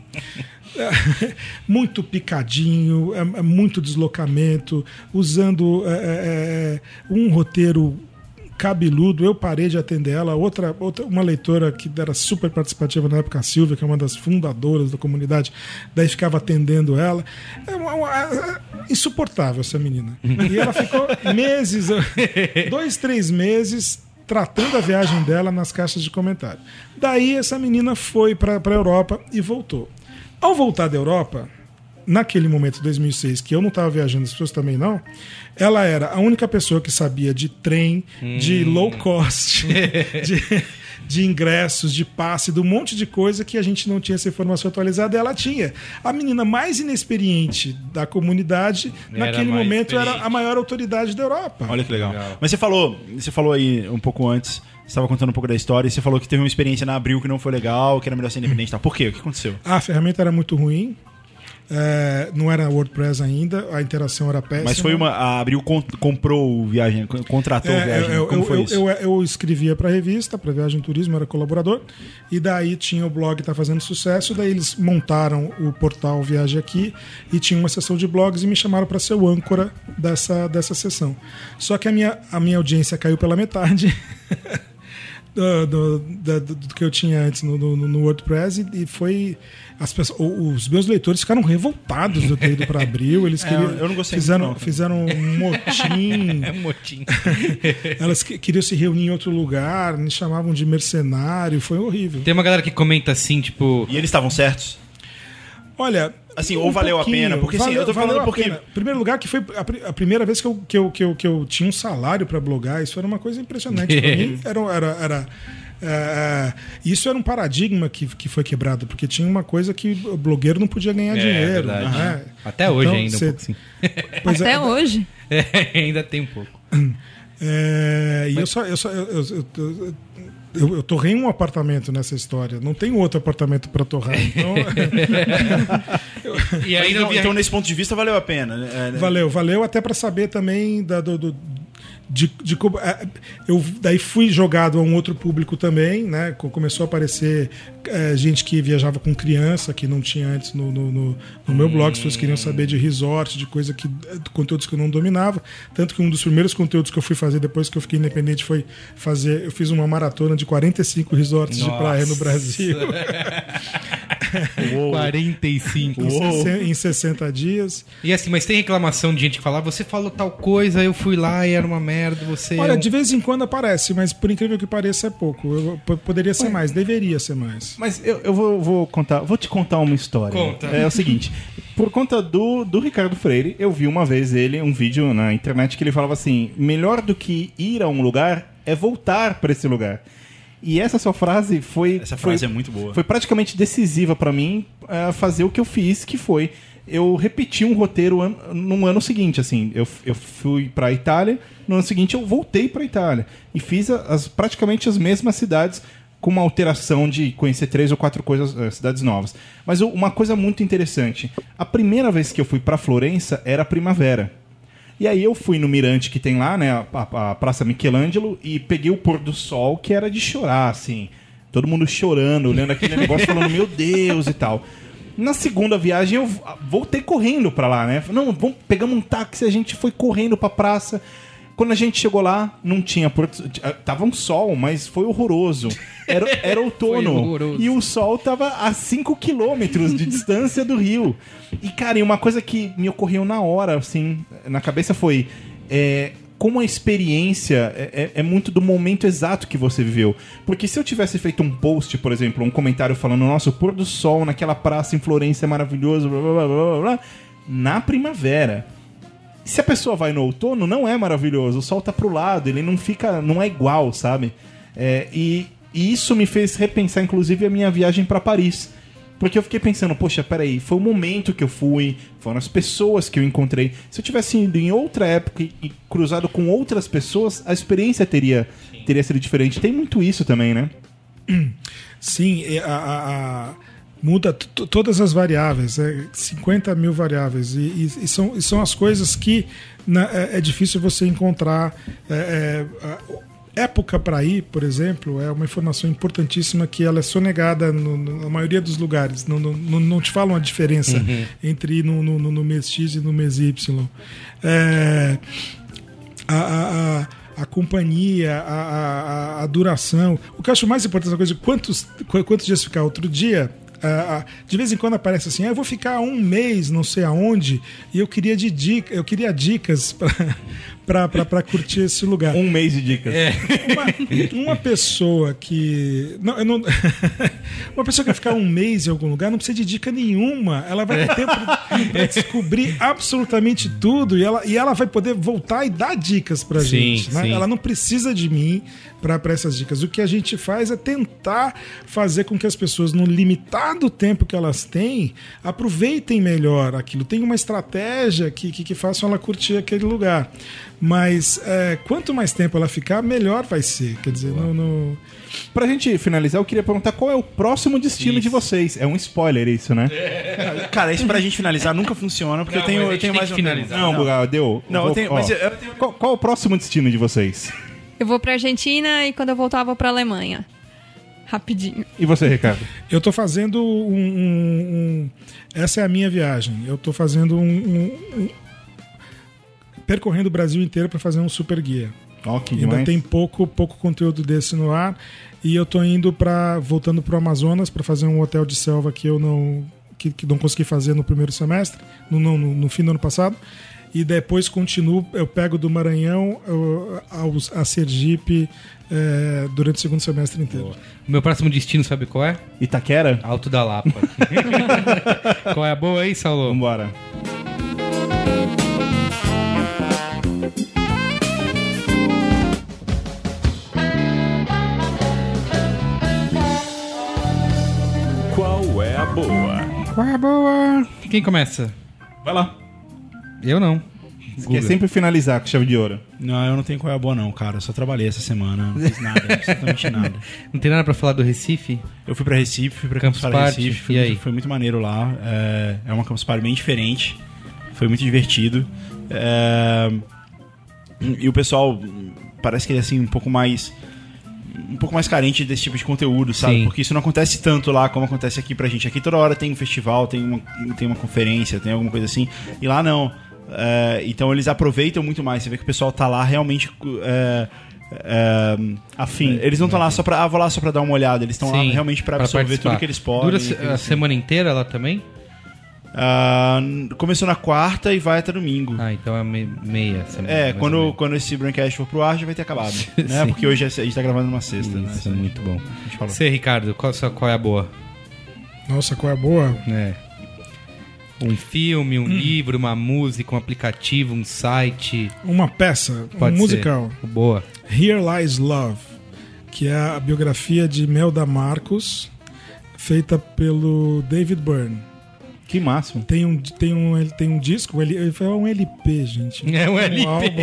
Speaker 3: Muito picadinho, muito deslocamento, usando um roteiro cabeludo. Eu parei de atender ela. Uma leitora que era super participativa na época, a Silvia, que é uma das fundadoras da comunidade, daí ficava atendendo ela. Insuportável essa menina. E ela ficou meses, 2-3 meses, tratando a viagem dela nas caixas de comentário. Daí essa menina foi para a Europa e voltou. Ao voltar da Europa, naquele momento, 2006, que eu não estava viajando, as pessoas também não, ela era a única pessoa que sabia de trem, de low cost, de ingressos, de passe, de um monte de coisa que a gente não tinha essa informação atualizada, e ela tinha. A menina mais inexperiente da comunidade, naquele momento, era a maior autoridade da Europa.
Speaker 4: Olha que legal. Mas você falou aí um pouco antes, você estava contando um pouco da história, e você falou que teve uma experiência na Abril que não foi legal, que era melhor ser independente e tal. Por quê? O que aconteceu?
Speaker 3: A ferramenta era muito ruim. Não era WordPress ainda, a interação era péssima.
Speaker 4: Mas foi a Abril comprou Viagem, contratou Viagem. Como foi isso?
Speaker 3: Eu escrevia para a revista, para Viagem e Turismo, era colaborador, e daí tinha o blog que tá fazendo sucesso, daí eles montaram o portal Viagem Aqui e tinha uma seção de blogs e me chamaram para ser o âncora dessa sessão. Só que a minha audiência caiu pela metade. Do que eu tinha antes no WordPress, e foi os meus leitores ficaram revoltados de eu ter ido para Abril. Eles
Speaker 4: eu não gostei
Speaker 3: fizeram um motim.
Speaker 1: É um motim.
Speaker 3: Elas queriam se reunir em outro lugar, me chamavam de mercenário, foi horrível.
Speaker 1: Tem uma galera que comenta assim, tipo...
Speaker 4: E eles estavam certos?
Speaker 3: Olha...
Speaker 4: Assim, ou valeu a pena? Porque assim, eu tô falando porque...
Speaker 3: Em primeiro lugar, que foi a primeira vez que eu tinha um salário para blogar, isso era uma coisa impressionante para mim. Isso era um paradigma que foi quebrado, porque tinha uma coisa que o blogueiro não podia ganhar dinheiro. Né?
Speaker 1: Até hoje ainda um pouco assim.
Speaker 5: Até hoje?
Speaker 1: Ainda tem um pouco.
Speaker 3: Eu torrei um apartamento nessa história. Não tem outro apartamento para torrar. Então...
Speaker 4: E aí, então, nesse ponto de vista, valeu a pena.
Speaker 3: Valeu até para saber também eu daí fui jogado a um outro público também, né? Começou a aparecer gente que viajava com criança, que não tinha antes no meu blog. As pessoas queriam saber de resort, de conteúdos que eu não dominava. Tanto que um dos primeiros conteúdos que eu fui fazer depois que eu fiquei independente foi eu fiz uma maratona de 45 resorts de praia no Brasil.
Speaker 1: 45
Speaker 3: em 60 dias.
Speaker 1: E assim, mas tem reclamação de gente que fala: você falou tal coisa, eu fui lá e era uma merda.
Speaker 3: Olha, de vez em quando aparece, mas por incrível que pareça é pouco. Poderia ser mais, deveria ser mais.
Speaker 2: Mas eu vou te contar uma história.
Speaker 1: Conta.
Speaker 2: É o seguinte, por conta do Ricardo Freire, eu vi uma vez um vídeo na internet que ele falava assim: melhor do que ir a um lugar é voltar para esse lugar. E essa sua frase
Speaker 4: é muito boa.
Speaker 2: Foi praticamente decisiva para mim fazer o que eu fiz, que foi eu repeti um roteiro no ano seguinte. Assim, eu fui para a Itália, no ano seguinte eu voltei para a Itália e fiz praticamente as mesmas cidades, com uma alteração de conhecer 3 ou 4 cidades novas. Mas uma coisa muito interessante: a primeira vez que eu fui para Florença era primavera. E aí eu fui no mirante que tem lá, né, a Praça Michelangelo, e peguei o pôr do sol, que era de chorar, assim. Todo mundo chorando, olhando aquele negócio, falando, meu Deus, e tal. Na segunda viagem eu voltei correndo pra lá, né? Não, pegamos um táxi, a gente foi correndo pra praça. Quando a gente chegou lá, não tinha tava um sol, mas foi horroroso. Era outono. E o sol tava a 5 quilômetros de distância do rio. E, cara, uma coisa que me ocorreu na hora, assim, na cabeça foi... como a experiência é muito do momento exato que você viveu. Porque se eu tivesse feito um post, por exemplo, um comentário falando: nossa, o pôr do sol naquela praça em Florença é maravilhoso, blá, blá, blá, blá, blá, na primavera. Se a pessoa vai no outono, não é maravilhoso. O sol tá pro lado, ele não é igual, sabe? E isso me fez repensar, inclusive, a minha viagem para Paris. Porque eu fiquei pensando, poxa, peraí, foi o momento que eu fui, foram as pessoas que eu encontrei. Se eu tivesse ido em outra época e cruzado com outras pessoas, a experiência teria sido diferente. Tem muito isso também, né?
Speaker 3: Sim, muda todas as variáveis, 50 mil variáveis, e são as coisas que é difícil você encontrar. Época para ir, por exemplo, é uma informação importantíssima que ela é sonegada na maioria dos lugares. Não te falam a diferença entre ir no mês X e no mês Y. A companhia, a duração. O que eu acho mais importante é a coisa de quantos dias ficar. Outro dia, de vez em quando aparece assim: eu vou ficar um mês não sei aonde, e eu queria dicas pra curtir esse lugar.
Speaker 2: Um mês de dicas.
Speaker 3: Uma pessoa que. Uma pessoa que vai ficar um mês em algum lugar não precisa de dica nenhuma. Ela vai ter tempo pra descobrir absolutamente tudo e ela vai poder voltar e dar dicas pra gente. Né?
Speaker 1: Sim.
Speaker 3: Ela não precisa de mim pra essas dicas. O que a gente faz é tentar fazer com que as pessoas, no limitado tempo que elas têm, aproveitem melhor aquilo. Tem uma estratégia que faça ela curtir aquele lugar. Mas quanto mais tempo ela ficar, melhor vai ser. Quer dizer,
Speaker 2: Pra gente finalizar, eu queria perguntar qual é o próximo destino de vocês. É um spoiler isso, né?
Speaker 4: Cara, isso pra gente finalizar nunca funciona, porque eu tenho mais um
Speaker 1: finalizar.
Speaker 2: Não, Bugal, deu.
Speaker 4: Não, eu tenho. Mas eu tenho.
Speaker 2: Qual é o próximo destino de vocês?
Speaker 5: Eu vou pra Argentina e quando eu voltar, eu vou pra Alemanha. Rapidinho.
Speaker 2: E você, Ricardo?
Speaker 3: Eu tô fazendo essa é a minha viagem. Eu tô fazendo percorrendo o Brasil inteiro para fazer um super guia.
Speaker 2: Que
Speaker 3: Ainda
Speaker 2: demais.
Speaker 3: tem pouco conteúdo desse no ar. E eu tô indo voltando pro Amazonas para fazer um hotel de selva que eu não consegui fazer no primeiro semestre, no fim do ano passado. E depois continuo, eu pego do Maranhão a Sergipe durante o segundo semestre inteiro.
Speaker 1: O meu próximo destino, sabe qual é?
Speaker 2: Itaquera?
Speaker 1: Alto da Lapa. Qual é a boa aí, Saulo?
Speaker 2: Vambora.
Speaker 4: Qual é a boa?
Speaker 1: Qual é a boa? Quem começa?
Speaker 2: Vai lá.
Speaker 1: Eu não.
Speaker 2: Você quer sempre finalizar com chave de ouro.
Speaker 4: Não, eu não tenho qual é a boa, não, cara. Eu só trabalhei essa semana, não fiz nada, absolutamente nada.
Speaker 1: Não tem nada pra falar do Recife?
Speaker 4: Eu fui pra Recife, fui pra
Speaker 1: Campus
Speaker 4: Campus Party
Speaker 1: Party,
Speaker 4: Recife,
Speaker 1: e aí?
Speaker 4: foi muito maneiro lá. É uma Campus Party bem diferente, foi muito divertido. E o pessoal parece que é assim, um pouco mais carente desse tipo de conteúdo, sabe?
Speaker 1: Sim.
Speaker 4: Porque isso não acontece tanto lá como acontece aqui pra gente. Aqui toda hora tem um festival, tem uma conferência, tem alguma coisa assim. E lá não. Então eles aproveitam muito mais. Você vê que o pessoal tá lá realmente
Speaker 2: Afim.
Speaker 4: Eles não estão lá só pra vou lá só pra dar uma olhada. Eles estão lá
Speaker 1: Sim,
Speaker 4: realmente pra
Speaker 1: pra
Speaker 4: absorver
Speaker 1: participar.
Speaker 4: tudo que eles podem.
Speaker 1: Dura a semana inteira lá também?
Speaker 4: Começou na quarta e vai até domingo.
Speaker 1: Ah, então é meia semana. mais ou menos.
Speaker 4: Quando esse Braincast for pro ar já vai ter acabado. Né?
Speaker 1: Sim.
Speaker 4: Porque hoje a gente tá gravando numa sexta.
Speaker 1: Isso,
Speaker 4: Né?
Speaker 1: é muito bom.
Speaker 4: A gente falou.
Speaker 1: Você, Ricardo, qual é a boa?
Speaker 3: Nossa, qual é a boa?
Speaker 1: Um filme, um livro, uma música, um aplicativo, um site.
Speaker 3: Uma peça,
Speaker 1: Pode
Speaker 3: um
Speaker 1: ser.
Speaker 3: musical.
Speaker 1: Boa.
Speaker 3: Here Lies Love, que é a biografia de Melda Marcos, feita pelo David Byrne.
Speaker 2: Que máximo.
Speaker 3: Tem um disco, ele é um LP, gente.
Speaker 1: É um LP.
Speaker 3: Álbum.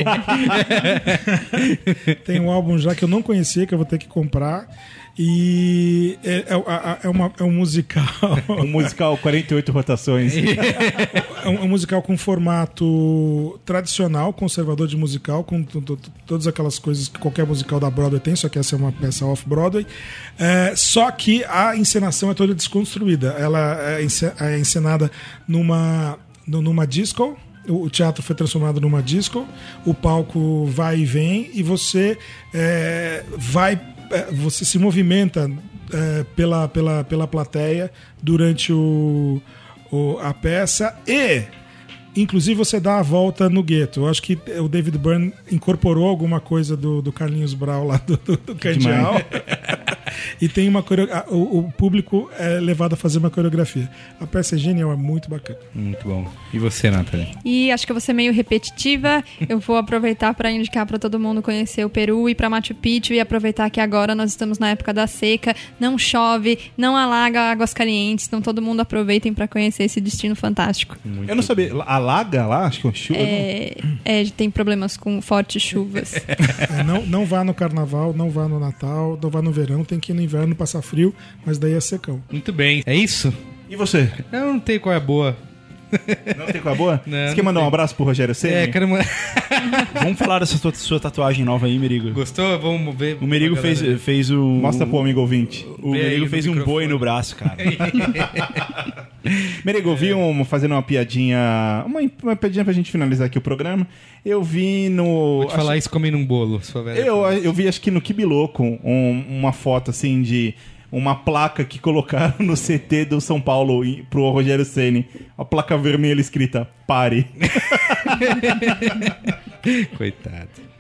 Speaker 3: Tem um álbum já que eu não conhecia, que eu vou ter que comprar. E é um musical.
Speaker 2: Um musical 48 rotações.
Speaker 3: É um musical com formato tradicional, conservador de musical, com todas aquelas coisas que qualquer musical da Broadway tem, só que essa é uma peça off-Broadway. Só que a encenação é toda desconstruída. Ela é encenada numa disco. O teatro foi transformado numa disco. O palco vai e vem e você você se movimenta pela plateia durante a peça e inclusive você dá a volta no gueto. Eu acho que o David Byrne incorporou alguma coisa do Carlinhos Brau lá do Candial. E tem o público é levado a fazer uma coreografia. A peça é genial, é muito bacana.
Speaker 1: Muito bom. E você, Nathalie?
Speaker 5: E acho que eu vou ser meio repetitiva. Eu vou aproveitar para indicar para todo mundo conhecer o Peru e para Machu Picchu e aproveitar que agora nós estamos na época da seca, não chove, não alaga Águas Calientes, então todo mundo aproveitem para conhecer esse destino fantástico.
Speaker 2: Eu não sabia. Alaga lá? Acho que é chuva.
Speaker 5: Tem problemas com fortes chuvas.
Speaker 3: Não vá no carnaval, não vá no Natal, não vá no verão, tem que ir no inverno passar frio, mas daí é secão.
Speaker 1: Muito bem. É isso?
Speaker 2: E você?
Speaker 1: Eu não tenho qual é a boa.
Speaker 2: Não tem qual é boa?
Speaker 1: Não,
Speaker 2: Você quer mandar um abraço pro Rogério Ceni?
Speaker 1: Quero...
Speaker 4: Vamos falar dessa sua tatuagem nova aí, Merigo.
Speaker 1: Gostou? Vamos ver.
Speaker 4: O Merigo fez o...
Speaker 2: Mostra pro amigo ouvinte.
Speaker 4: O
Speaker 1: Vê aí
Speaker 4: Merigo
Speaker 1: no
Speaker 4: fez um
Speaker 1: microfone.
Speaker 4: boi no braço, cara.
Speaker 2: Merigo, eu vi fazendo uma piadinha. Uma piadinha pra gente finalizar aqui o programa. Eu vi no.
Speaker 1: Vou te falar isso comendo um bolo, sua velha.
Speaker 2: Eu vi, acho que no Kibiloco, uma foto assim de uma placa que colocaram no CT do São Paulo pro Rogério Ceni. A placa vermelha escrita Pare.
Speaker 1: Coitado.